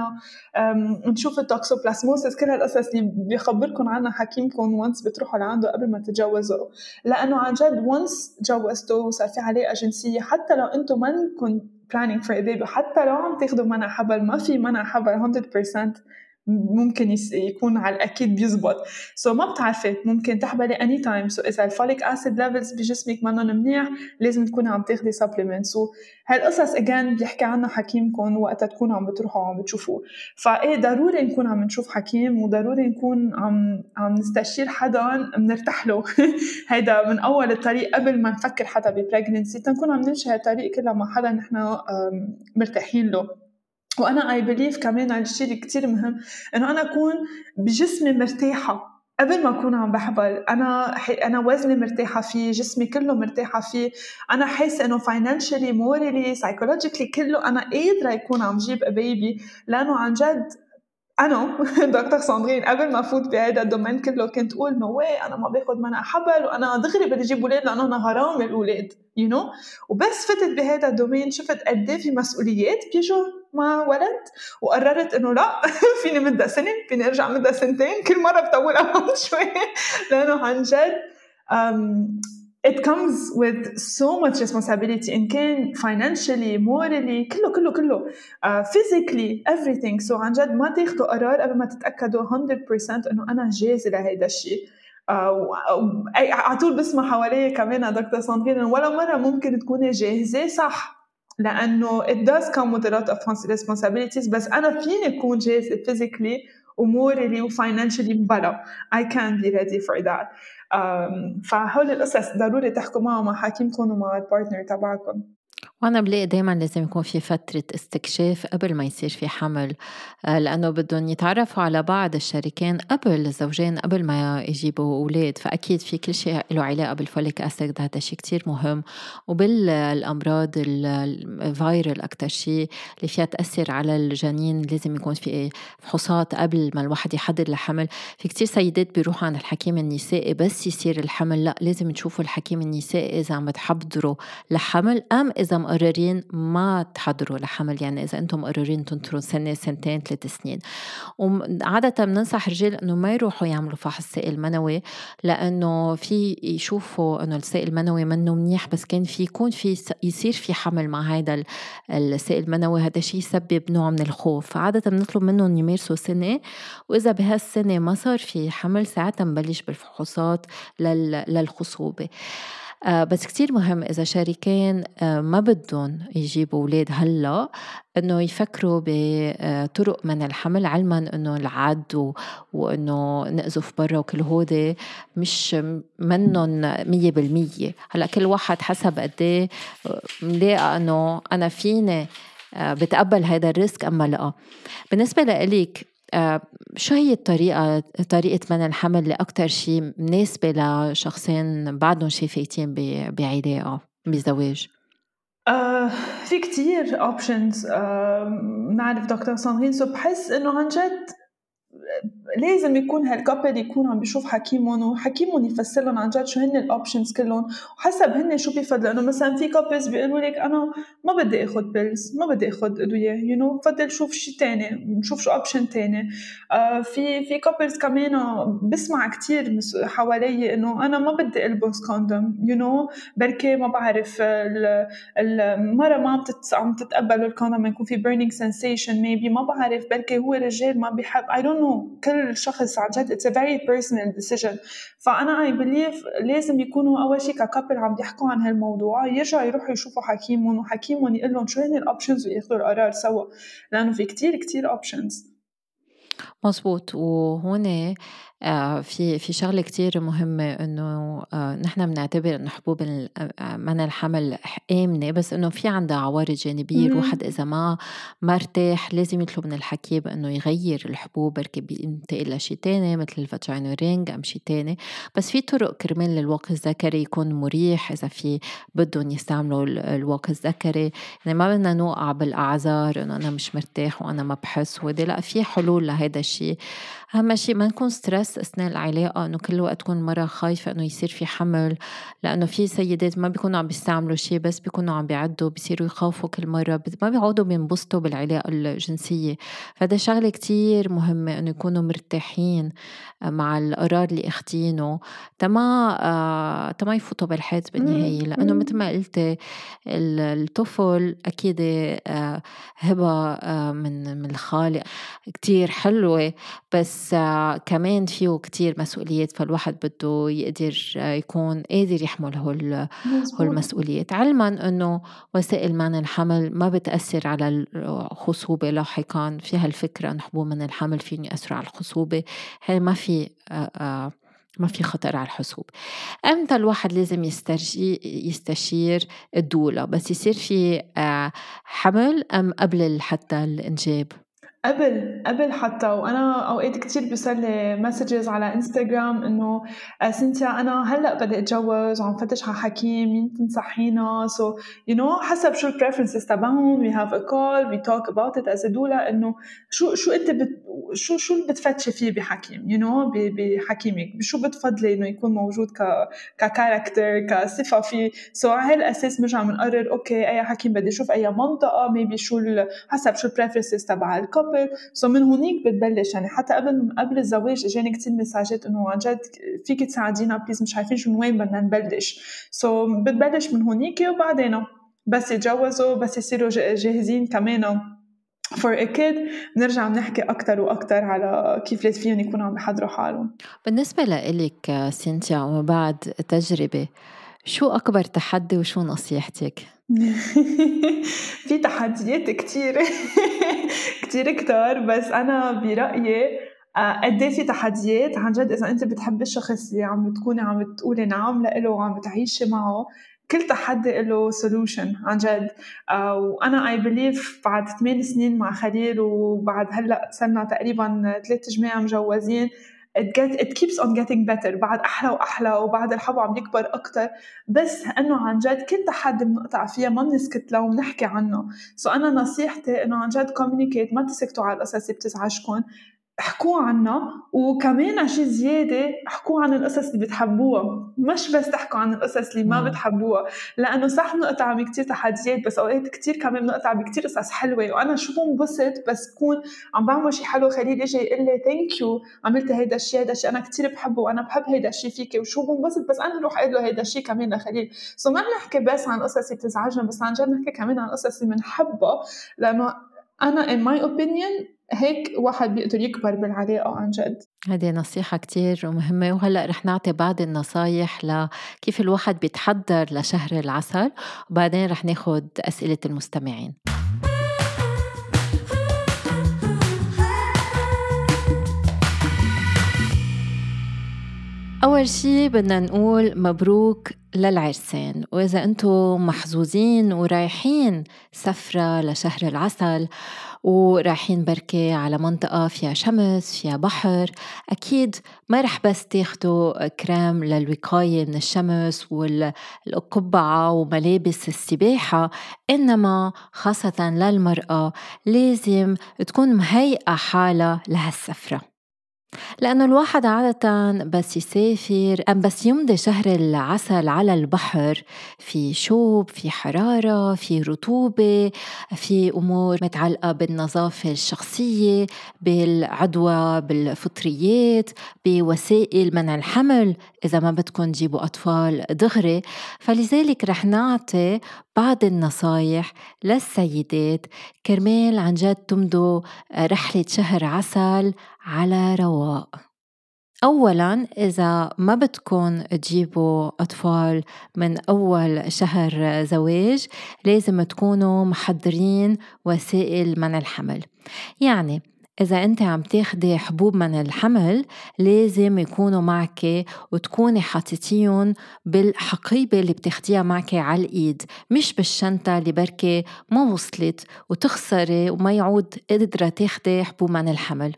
نشوف التوكسوبلازموسيس، كل هالقصص اللي بيخبركم عنها حكيمكم وانس بتروحوا لعنده قبل ما تتجوزوا. لأنه عن جد وانس تجوزتوا وصار في علاقة جنسية، حتى لو أنتم ما نكون planning for a baby، حتى لو عم تاخدوا منع حبل، ما في منع حبل مية بالمية ممكن يكون على الأكيد بيزبط. سو so ما بتعرفي ممكن تحبلي any time. so إذا الفوليك أسيد ليفلز بجسمك منهم منيح لازم تكوني عم تاخدي supplements. وهالقصص again بيحكي عنها حكيمكم وقتها تكونوا عم بتروحوا عم بتشوفوه. فإيه ضروري نكون عم نشوف حكيم، وضروري نكون عم عم نستشير حدا منرتاح له. هيدا من أول الطريق قبل ما نفكر حتى ببريغننسي، تنكون عم نمشي هالطريق كلها مع حدا نحن مرتاحين له. وأنا I believe كمان على الشيء اللي كتير مهم إنه أنا أكون بجسمي مرتاحة قبل ما أكون عم بحبل أنا ح... أنا وزني مرتاحة فيه، جسمي كله مرتاحة فيه، أنا حاسة إنه financially morally psychologically كله أنا قادرة يكون عم جيب a baby، لأنه عن جد أنا دكتور ساندرين قبل ما أفوت بهذا الدومين كله كنت أقول no way أنا ما باخد منها حبل وأنا دغري بدي أجيب أولاد لأنه أنا هرام الأولاد you know. وبس فتت بهذا الدومين شفت قد إيه في مسؤوليات بيجوا مع ولد، وقررت إنه لا فيني مدة سنة، فيني أرجع مدة سنتين، كل مرة بطول أهم شوي لأنه عن جد um, it comes with so much responsibility إن كان financially morally كله كله كله uh, physically everything. so عن جد ما تاخدوا قرار قبل ما تتأكدوا one hundred percent إنه أنا جاهزة لهيدا الشيء. عطول بسمع حواليه كمان دكتور ساندرين ولا مرة ممكن تكوني جاهزة صح، لأنه it does come with a lot of responsibilities، بس أنا فيني أكون جاهزة physically ومورالي وفاينانشالي مبلا I can't be ready for that. um, فهول القصص ضروري تحكوا معه مع حكيمكم ومع البارتنر تبعكم. وأنا بلاقي دايما لازم يكون في فترة استكشاف قبل ما يصير في حمل، لأنه بدهم يتعرفوا على بعض الشريكين قبل الزوجين قبل ما يجيبوا أولاد. فأكيد في كل شيء له علاقة بالفوليك أسيد، هذا شيء كتير مهم، وبالأمراض الفيرال أكتر شيء اللي فيها تأثر على الجنين لازم يكون في فحوصات قبل ما الواحد يحضر لحمل. في كتير سيدات بيروحوا عند الحكيم النسائي بس يصير الحمل، لا لازم تشوفوا الحكيم النسائي إذا عم تحضروا لحمل أم إذا مقررين ما تحضروا لحمل، يعني إذا أنتم مقررين تنطروا سنة سنتين ثلاث سنين. وعادة بننصح رجال أنه ما يروحوا يعملوا فحص سائل منوي، لأنه في يشوفوا أنه السائل المنوي منه منيح، بس كان في يكون في يصير في حمل مع هذا السائل المنوي، هذا شيء يسبب نوع من الخوف. فعادة بنطلب منهم يمارسوا سنة، وإذا بهالسنة ما صار في حمل ساعتها نبلش بالفحوصات للخصوبة. آه بس كتير مهم إذا شريكين آه ما بدهم يجيبوا أولاد هلأ أنه يفكروا بطرق من الحمل، علما أنه العد وأنه نقذف برا وكل هودي مش منهم مية بالمية. هلأ كل واحد حسب قديه ملاقى أنه أنا فيني آه بتقبل هذا الريسك أما لا. بالنسبة لإليك آه شو هي الطريقة طريقة منع الحمل اللي أكتر شيء مناسبة لشخصين بعدهم شايفين بعلاقة بزواج؟ آه في كتير options. آه نعرف دكتور ساندرين سو بحس إنه عن جد لازم يكون هالكابل يكون عم بيشوف حكيمهم وحكيمهم يفسر لهم عن جد شو هن الاوبشنز كلهم وحسب هن شو بيفضلوا. انه مثلا في كابلز بيقولوا لك انا ما بدي اخذ بيلز، ما بدي اخذ ادويه، يو نو بفضل شوف شيء تاني، نشوف شو اوبشن تاني. آه في في كابلز كمان بسمع كتير حوالي انه انا ما بدي البس كوندوم، يو نو بركي ما بعرف المرة ما عم عم تتقبل الكوندوم، يكون في burning sensation maybe، ما بعرف بركي هو رجال ما بيحب، I don't know، كل شخص عن جد it's a very personal decision. فأنا I believe لازم يكونوا أول شيء ككابل عم بيحكوا عن هالموضوع يرجعوا يروحوا يشوفوا حكيمهم وحكيمهم يقول لهم شو هن الأوبشنز وياخذوا القرار سوا، لأنه في كتير كتير أوبشنز. مظبوط. وهون آه في في شغله كتير مهمه انه آه نحن بنعتبر انه حبوب منع الحمل آمنه، بس انه في عندها عوارض جانبيه. الواحد اذا ما مرتاح لازم يطلب من الحكيم انه يغير الحبوب، بركي بينتقل لشيء تاني مثل الفاجينا رينج ام شيء تاني. بس في طرق كرمال الواقي الذكري يكون مريح اذا في بدهم يستعملوا الواقي الذكري. يعني ما بدنا نوقع بالاعذار انه انا مش مرتاح وانا ما بحس ودي، لا في حلول لهذا الشيء. أهم شيء ما نكون ستريس أثناء العلاقة، إنه كل وقت تكون مرة خايفة إنه يصير في حمل، لأنه في سيدات ما بيكونوا عم بيستعملوا شيء بس بيكونوا عم بيعدوا، بيصيروا يخافوا كل مرة، ما بيعودوا بينبسطوا بالعلاقة الجنسية. فهذا شغلة كتير مهمة إنه يكونوا مرتاحين مع القرار اللي اخدينه تما آه تما يفوتوا بالحيط بالنهاية. لأنه مثل ما قلت الطفل أكيد آه هبة آه من من الخالق كتير حلوة، بس آه كمان فيه كتير مسؤوليات، فالواحد بده يقدر آه يكون قادر يحمل هول هالمسؤوليات، علما أنه وسائل منع الحمل ما بتأثر على الخصوبة لاحقا. فيها الفكرة أن حبوب منع الحمل فين يأثر على الخصوبة، هي ما في آه آه ما في خطر على الحسوب. أمتى الواحد لازم يستشير الدولة؟ بس يصير في آه حمل أم قبل حتى الإنجاب؟ قبل قبل حتى، وأنا أوقات كتير بيوصلني مسجز على إنستغرام إنه آه، سينتيا أنا هلأ بدي أتجوز وعم فتش على حكيم، مين تنصحينا؟ so you know حسب شو البريفرنسز تبعهم we have a call we talk about it as a doula إنه شو شو أنت بت شو شو اللي بتفتشي فيه بحكيم you know ب- بحكيمك شو بتفضلي إنه يكون موجود ك ككاركتر كصفة فيه. so على هالأساس بنرجع بنقرر أوكي أي حكيم بدي أشوف أي منطقة maybe شو ال حسب شو البريفرنسز تبع الكابل. سو so من هونيك بتبلش يعني حتى قبل قبل الزواج اجاني كتير مساجات انه عن جد فيك تساعدينا بليز مش عارفين شو من وين بدنا نبلش. سو so بتبلش من هونيك وبعدين بس يتجوزوا بس يصيروا جاهزين كمان for a kid بنرجع بنحكي أكتر وأكتر على كيف لازم فيهم يكونوا عم بيحضروا حالهم. بالنسبة لإلك سينتيا ومن بعد تجربة، شو أكبر تحدي وشو نصيحتك؟ في تحديات كتير كتير كتار بس أنا برأيي قد ايه في تحديات عن جد إذا أنت بتحبي الشخص اللي عم تكوني عم تقولي نعم لإله وعم تعيشي معه كل تحدي له solution عن جد. وأنا I believe بعد ثمان سنين مع خليل وبعد هلأ صرنا تقريبا ثلاث جماعة مجوزين it, get, it keeps on getting better بعد أحلى وأحلى وبعد الحب عم يكبر أكتر. بس إنه عن جد كل تحدي بنقطع فيها ما بنسكت له وبنحكي عنه. سو so أنا نصيحتي إنه عن جد communicate ما تسكتوا على القصص اللي بتزعجكم احكوا عنها وكمان عشي زيادة احكوا عن القصص اللي بتحبوها مش بس تحكوا عن القصص اللي ما بتحبوها لأنه صح بنقطع بكتير تحديات بس أوقات كتير كمان بنقطع بكتير قصص حلوة. وأنا شو بنبسط بس كون عم بعمل شي حلو خليل يجي يقول لي thank you عملت هيدا الشيء هيدا الشيء أنا كتير بحبه وأنا بحب هيدا الشيء فيكي وشو بنبسط بس أنا روح أقول له هيدا الشيء كمان لخليل. سو ما بنحكي بس عن قصص بتزعجنا بس عن جد نحكي كمان عن قصص اللي بنحبها لأنه أنا in my opinion هيك واحد بيقدر يكبر بالعلاقة عن جد. هذه نصيحة كتير مهمة وهلأ رح نعطي بعض النصايح لكيف الواحد بيتحضر لشهر العسل وبعدين رح ناخد أسئلة المستمعين. أول شي بدنا نقول مبروك للعرسان، وإذا أنتم محظوظين ورايحين سفرة لشهر العسل ورايحين بركة على منطقة فيها شمس فيها بحر أكيد ما رح بس تاخدوا كريم للوقاية من الشمس والقبعة وملابس السباحة، إنما خاصة للمرأة لازم تكون مهيئة حالة لهالسفرة لأنه الواحد عادة بس يسافر أم بس يمضي شهر العسل على البحر في شوب في حرارة في رطوبة في أمور متعلقة بالنظافة الشخصية بالعدوى بالفطريات بوسائل منع الحمل إذا ما بدكن تجيبوا أطفال دغري. فلذلك رح نعطي بعض النصايح للسيدات كرمال عن جد تمضوا رحلة شهر عسل على رواق. أولاً إذا ما بدكن تجيبوا أطفال من أول شهر زواج لازم تكونوا محضرين وسائل منع الحمل. يعني إذا أنت عم تاخدي حبوب منع الحمل لازم يكونوا معك وتكوني حاطتيهم بالحقيبة اللي بتاخديها معك على الإيد مش بالشنطة اللي بركة ما وصلت وتخسري وما يعود قدرة تاخدي حبوب منع الحمل.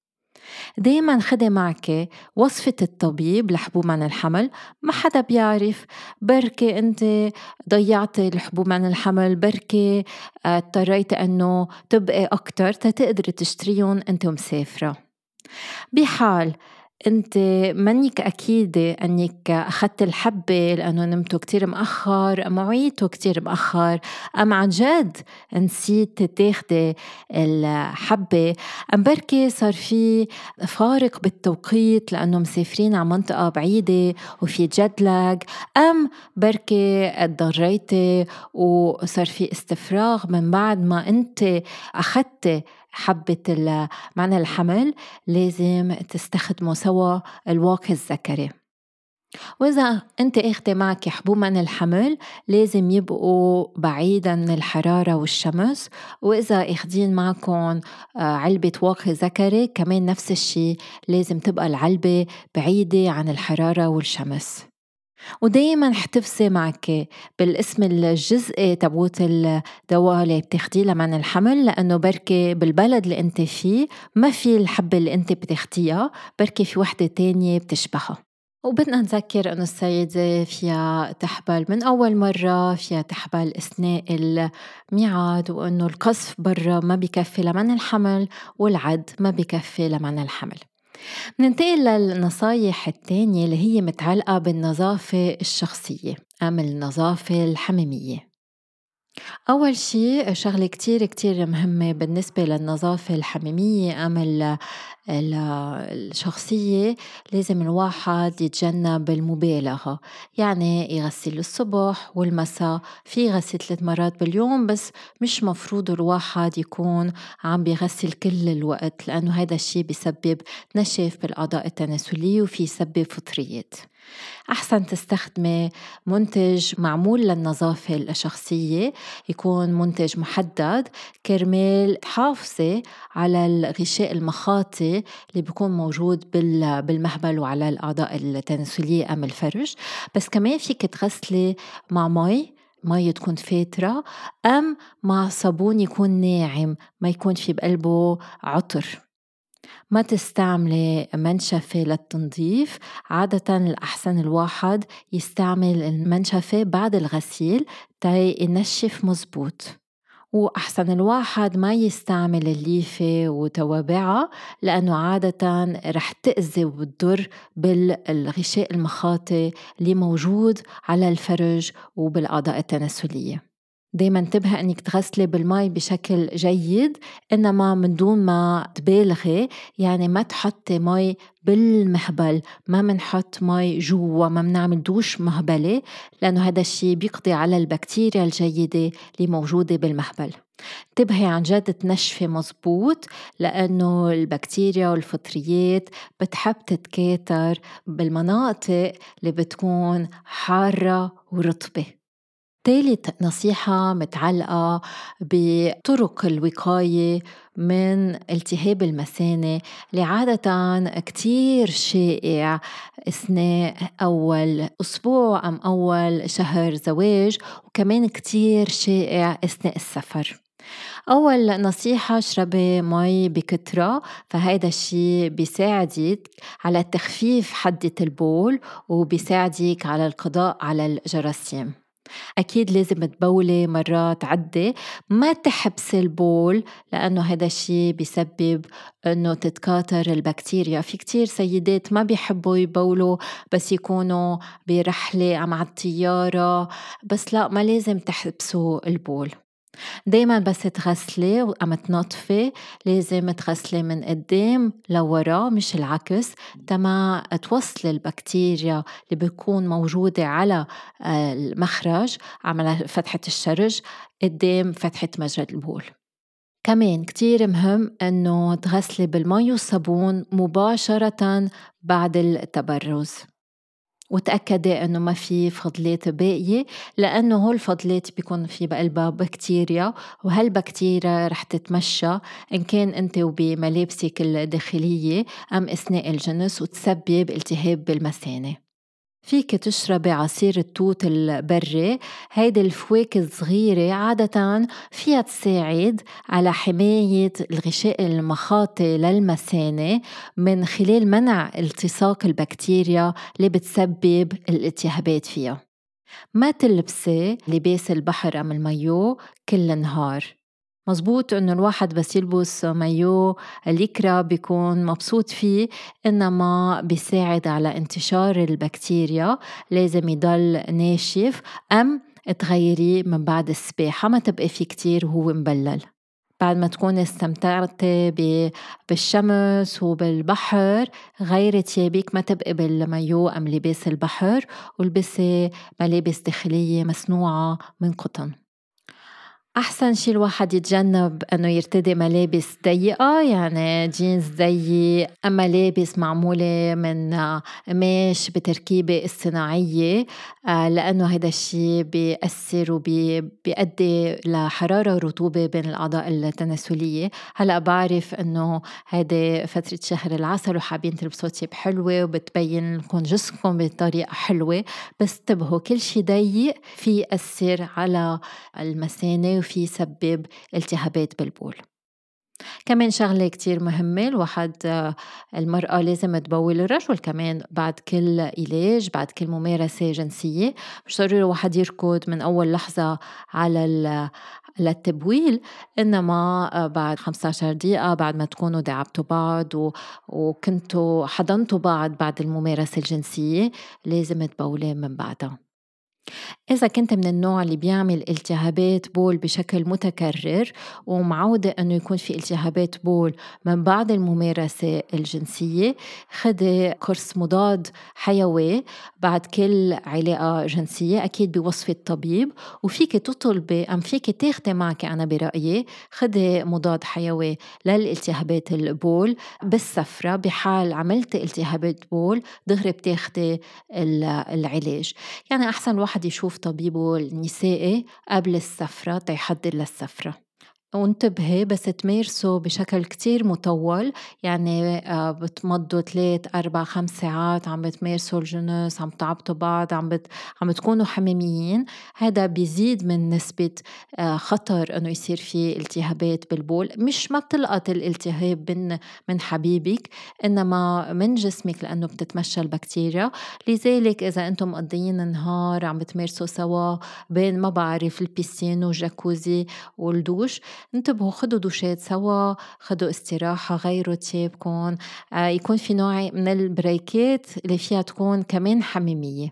دايما خدي معك وصفة الطبيب لحبوب منع الحمل، ما حدا بيعرف بركة أنت ضيعتي الحبوب منع الحمل بركة اضطريتي أنه تبقي أكتر تتقدري تشتريهم أنت مسافرة. بحال أنت منك أكيدة أنك أخذت الحبة لأنه نمتوا كتير مأخر أم عيتوا كتير مأخر أم عن جد نسيت تاخدي الحبة أم بركي صار في فارق بالتوقيت لأنه مسافرين على منطقة بعيدة وفي جدلك أم بركي اتضريتي وصار في استفراغ من بعد ما أنت أخذت حبة منع الحمل لازم تستخدموا سوا الواقي الذكري. وإذا أنت أخذي معك حبوب منع الحمل لازم يبقوا بعيدا من الحرارة والشمس، وإذا أخذين معكم علبة واقي ذكري كمان نفس الشي لازم تبقى العلبة بعيدة عن الحرارة والشمس. ودايما احتفظي معك بالاسم الجزئي تبوت الدواء اللي بتاخديه لمنع الحمل، لأنه بركي بالبلد اللي انت فيه ما في الحبة اللي انت بتاخديها، بركي في وحدة تانية بتشبهها. وبدنا نذكر أنه السيدة فيها تحبل من أول مرة، فيها تحبل أثناء الميعاد، وأنه القصف برا ما بيكفي لمنع الحمل والعد ما بيكفي لمنع الحمل. ننتقل للنصايح الثانية اللي هي متعلقة بالنظافة الشخصية أم النظافة الحميمية. أول شيء شغلة كتير كتير مهمة بالنسبة للنظافة الحميمية أم ال- ال- الشخصية، لازم الواحد يتجنب المبالغة، يعني يغسل الصبح والمساء، في غسل ثلاث مرات باليوم، بس مش مفروض الواحد يكون عم بيغسل كل الوقت، لأنه هذا الشيء بيسبب نشف بالأعضاء التناسلية وفي يسبب فطريات. أحسن تستخدمي منتج معمول للنظافة الشخصية، يكون منتج محدد كرمال تحافظي على الغشاء المخاطي اللي بيكون موجود بالمهبل وعلى الأعضاء التناسلية أم الفرج. بس كمان فيك تغسلي مع مي مية تكون فاترة، أم مع صابون يكون ناعم ما يكون في بقلبه عطر. ما تستعملي منشفة للتنظيف، عادة الأحسن الواحد يستعمل المنشفة بعد الغسيل تاي ينشف مزبوط. وأحسن الواحد ما يستعمل الليفة وتوابعها، لأنه عادة رح تأذي وتضر بالغشاء المخاطي اللي موجود على الفرج وبالأعضاء التناسلية. دايما انتبه انك تغسلي بالماء بشكل جيد، انما من دون ما تبالغي، يعني ما تحطي ماء بالمهبل، ما منحط ماء جوا، ما منعمل دوش مهبلة، لأنه هذا الشيء بيقضي على البكتيريا الجيدة اللي موجودة بالمهبل. انتبهي عن جد تنشفي مزبوط، لأنه البكتيريا والفطريات بتحب تتكاثر بالمناطق اللي بتكون حارة ورطبة. ثالث نصيحة متعلقة بطرق الوقاية من التهاب المثانة اللي عادة كتير شائع أثناء أول أسبوع أم أول شهر زواج، وكمان كتير شائع أثناء السفر. أول نصيحة اشربي مي بكترة، فهيدا الشي بيساعدك على تخفيف حدة البول وبيساعدك على القضاء على الجراثيم. أكيد لازم تبولي مرات عدة، ما تحبس البول، لأنه هذا الشيء بيسبب أنه تتكاثر البكتيريا. في كتير سيدات ما بيحبوا يبولوا بس يكونوا برحلة أم على الطيارة، بس لا، ما لازم تحبسوا البول. دايما بس تغسلي وأما تنظفي لازم تغسلي من قدام لورا مش العكس، تما توصل البكتيريا اللي بتكون موجودة على المخرج على فتحة الشرج قدام فتحة مجرى البول. كمان كتير مهم أنه تغسلي بالمي والصابون مباشرة بعد التبرز، وتأكدي أنه ما في فضلات باقية، لأنه هول الفضلات بيكون في بقلبها بكتيريا، وهالبكتيريا رح تتمشى إن كان أنت وبملابسك الداخلية أم أثناء الجنس وتسبب التهاب بالمثانة. فيك تشربي عصير التوت البري، هيدي الفواكه الصغيرة عادة فيها تساعد على حماية الغشاء المخاطي للمثانة من خلال منع التصاق البكتيريا اللي بتسبب الالتهابات فيها. ما تلبسي لباس البحر أم المايو كل النهار. مزبوط إنه الواحد بس يلبس مايو اليكرا بيكون مبسوط فيه، إنما بيساعد على انتشار البكتيريا، لازم يضل ناشف أم تغيري من بعد السباحة، ما تبقى فيه كتير وهو مبلل. بعد ما تكون استمتعتي بالشمس وبالبحر، غيري تيابك، ما تبقي بالمايو أم لباس البحر، ولبسي ملابس داخلية مصنوعة من قطن. أحسن شي الواحد يتجنب أنه يرتدي ملابس ضيقة، يعني جينز ضيق، ملابس معمولة من قماش بتركيبة اصطناعية، لأنه هيدا الشي بيأثر وبيؤدي لحرارة ورطوبة بين الأعضاء التناسلية. هلأ بعرف أنه هيدي فترة شهر العسل وحابين تلبسوا تياب حلوة وبتبين لكم جسمكم بطريقة حلوة، بس انتبهوا كل شي ضيق في يأثر على المثانة وفي يسبب التهابات بالبول. كمان شغلة كتير مهمة، الواحد المرأة لازم تبول، الرجل كمان بعد كل علاج بعد كل ممارسة جنسية مش ضروري الواحد يركض من أول لحظة على للتبويل، إنما بعد خمسة عشر دقيقة بعد ما تكونوا دعبتوا بعض و... وكنتوا حضنتوا بعض بعد الممارسة الجنسية لازم تبولين من بعدها. إذا كنت من النوع اللي بيعمل التهابات بول بشكل متكرر ومعودة أنه يكون في التهابات بول من بعد الممارسة الجنسية، خدي قرص مضاد حيوي بعد كل علاقة جنسية أكيد بوصفة الطبيب، وفيك تطلبي أم فيك تاخدي معك أنا برأيي خدي مضاد حيوي للالتهابات البول بالسفرة. بحال عملت التهابات بول دغري بتاخدي العلاج. يعني أحسن الواحد يشوف طبيبه النسائي قبل السفرة تيحضر للسفرة. وانتبهي بس تمارسوا بشكل كتير مطول، يعني بتمضوا ثلاث أربع خمس ساعات عم بتمارسوا الجنس، عم تعبطوا بعض، عم, بت... عم بتكونوا حميميين. هذا بيزيد من نسبة خطر أنه يصير فيه التهابات بالبول. مش ما بتلقط الالتهاب من, من حبيبك إنما من جسمك لأنه بتتمشى البكتيريا. لذلك إذا أنتم مقضيين نهار عم بتمارسوا سوا بين ما بعرف البيسين والجاكوزي والدوش، انتبهوا خدوا دوشات سوا، خدوا استراحة، غيروا تيابكم، آه يكون في نوع من البريكات اللي فيها تكون كمان حميمية.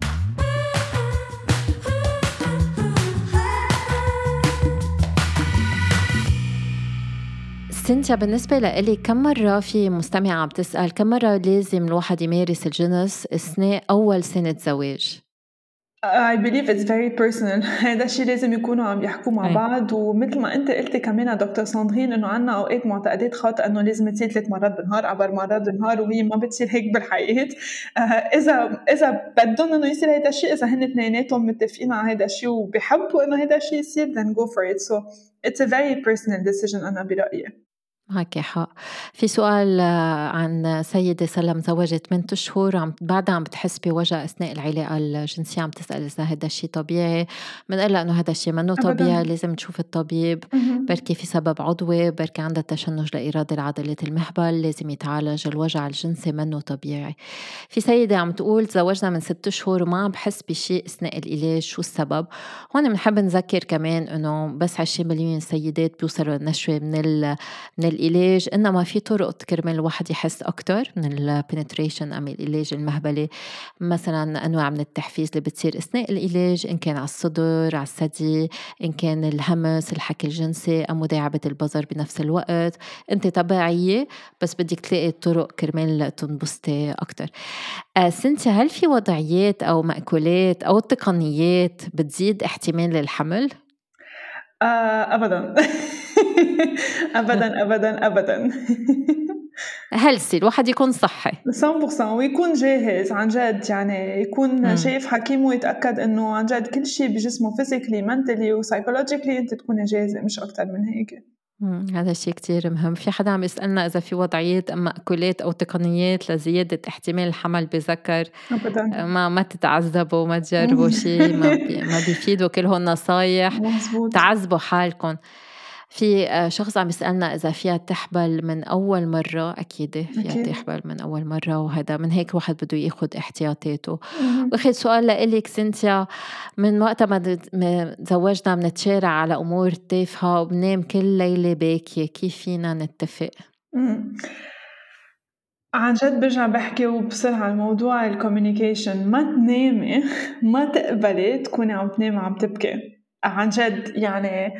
سنتيا بالنسبة لإلي كم مرة في مستمعة عم تسأل كم مرة لازم الواحد يمارس الجنس أثناء أول سنة زواج؟ I believe it's very personal. هذا الشيء لازم يكونوا عم يحكوا مع أي. بعض، ومثل ما أنت قلتي كمان دكتور ساندرين إنه عنا أوقات معتقدات خاطئة إنه لازم تصير ثلاث مرات بالنهار أربع مرات بالنهار، وهي ما بتصير هيك بالحياة. آه إذا إذا بدهم إنه يصير هذا الشيء، إذا هن اثنيناتهم متفقين على هذا الشيء وبيحبوا إنه هذا الشيء يصير then go for it. So it's a very personal decision أنا برأيي. معك حق. في سؤال عن سيدة صار لها مزوجة ثمانية أشهر عم بعدها عم بتحس بوجع أثناء العلاقة الجنسية، عم تسأل إذا هذا الشيء طبيعي. بنقول لها إنه هذا الشيء منه طبيعي، لازم تشوف الطبيب. بركي في سبب عضوي، بركي عندها تشنج لإرادة العضلة المهبل، لازم يتعالج. الوجع الجنسي منه طبيعي. في سيدة عم تقول تزوجنا من ست أشهر وما عم بحس بشيء أثناء العلاج، شو السبب؟ هون بنحب نذكر كمان إنه بس عشرين بالمية من السيدات بيوصلوا للنشوة من ال من العلاج، إنما في طرق كرمال الواحد يحس أكتر من البنتريشن أم العلاج المهبلي. مثلا أنواع من التحفيز اللي بتصير أثناء العلاج، إن كان على الصدر على الثدي، إن كان الهمس الحكي الجنسي أم مداعبة البظر بنفس الوقت. أنت طبيعية بس بدك تلاقي الطرق كرمال تنبسطي أكتر. آه سنتيا، هل في وضعيات أو مأكولات أو تقنيات بتزيد احتمال للحمل؟ آه أبداً. أبداً أبداً أبداً. هلسي الواحد يكون صحي مية بالمية ويكون جاهز عن جد، يعني يكون م. شايف حكيمه ويتأكد إنه عن جد كل شيء بجسمه physically mentally و psychologically أنت تكوني جاهزة، مش أكتر من هيك. مم. هذا الشيء كتير مهم. في حدا عم يسألنا إذا في وضعيات أم مأكولات أو تقنيات لزيادة احتمال الحمل بذكر. أبداً. ما ما تتعذبوا، ما تجربوا شيء ما بي ما بيفيدوا كل هون نصايح. مزبوط. تعذبوا حالكم. في شخص عم يسألنا إذا فيها تحبل من أول مرة. أكيد فيها أكيد. تحبل من أول مرة، وهذا من هيك واحد بده ياخد احتياطاته. واخد سؤال لإلك سنتيا، من وقت ما تزوجنا بنتشارع على أمور تافهة وبنام كل ليلة باكية، كيف فينا نتفق؟ مم. عن جد برجع بحكي وبصرح على الموضوع الكوميونيكيشن. ما تنامي ما تقبلي تكوني عم تنامي عم تبكي عن جد. يعني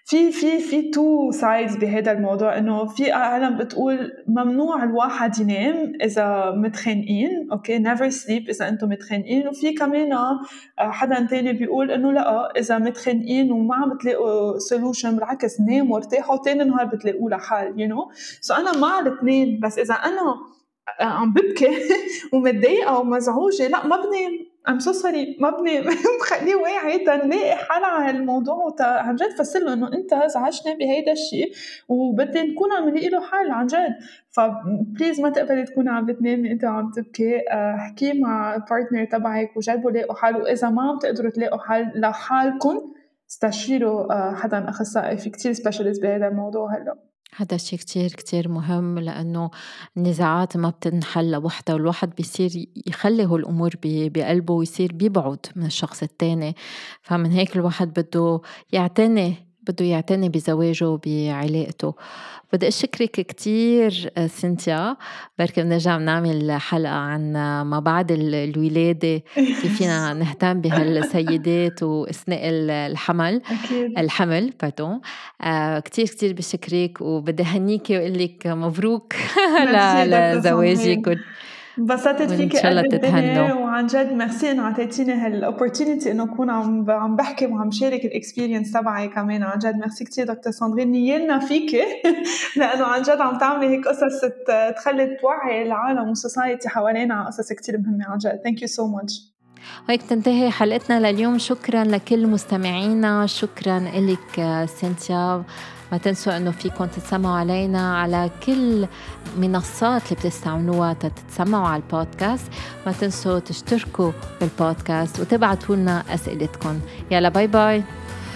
في في في تو سايدز بهذا الموضوع، إنه في عالم بتقول ممنوع الواحد ينام إذا متخانقين، أوكي never sleep إذا أنتم متخانقين، وفي كمان حدا تاني بيقول إنه لأ إذا متخانقين وما عم بتلاقوا solution بالعكس ناموا وارتاحوا تاني نهار بتلاقوا لها حل you know. so أنا مع الاثنين، بس إذا أنا عم ببكي ومتضايقة ومزعوجة لا ما بنام. I'm so sorry ما بنام. بخليه واعي تنلاقي حل على الموضوع وعن جد فسر له إنه أنت زعجتني بهيدا الشيء وبدي نكون عم نلاقي له حل عن جد. فبليز ما تقبلي تكوني عم بتنامي أنت عم تبكي. احكي مع البارتنر تبعك وجربوا لاقوا حل، وإذا ما عم تقدروا تلاقوا حل لحالكم استشيروا حدا أخصائي، في كتير سبيشاليست بهذا الموضوع هلا. هذا الشيء كتير كتير مهم، لأنه النزاعات ما بتنحل لوحدها، والواحد بيصير يخلي هو الأمور بقلبه ويصير بيبعد من الشخص التاني. فمن هيك الواحد بده يعتني بده يعتني بزواجه بعلاقته. بدي أشكرك كتير سينتيا، بركي بنرجع نعمل حلقة عن ما بعد الولادة كيف فينا نهتم بهالسيدات وأثناء الحمل أكيد. الحمل باردون. آه كتير كتير بشكرك، وبدي هنيكي وأقول لك مبروك لزواجك، انبسطت فيكي قد الدنيا وعن جد ميرسي انه عطيتيني هالاوبورتونيتي انه اكون عم عم بحكي وعم شارك الاكسبيرينس تبعي كمان. عن جد ميرسي كتير دكتور ساندرين، نيالنا فيكي لانه عن جد عم تعملي هيك قصص تخلي توعي العالم والسوسايتي حوالينا على قصص كتير مهمه. عن جد ثانك يو سو ماتش. هيك تنتهي حلقتنا لليوم. شكرا لكل مستمعينا، شكرا لك سينتيا. ما تنسوا أنه فيكم تتسمعوا علينا على كل منصات اللي بتستعملوها تتسمعوا على البودكاست. ما تنسوا تشتركوا بالبودكاست وتبعتوا لنا أسئلتكم. يلا باي باي.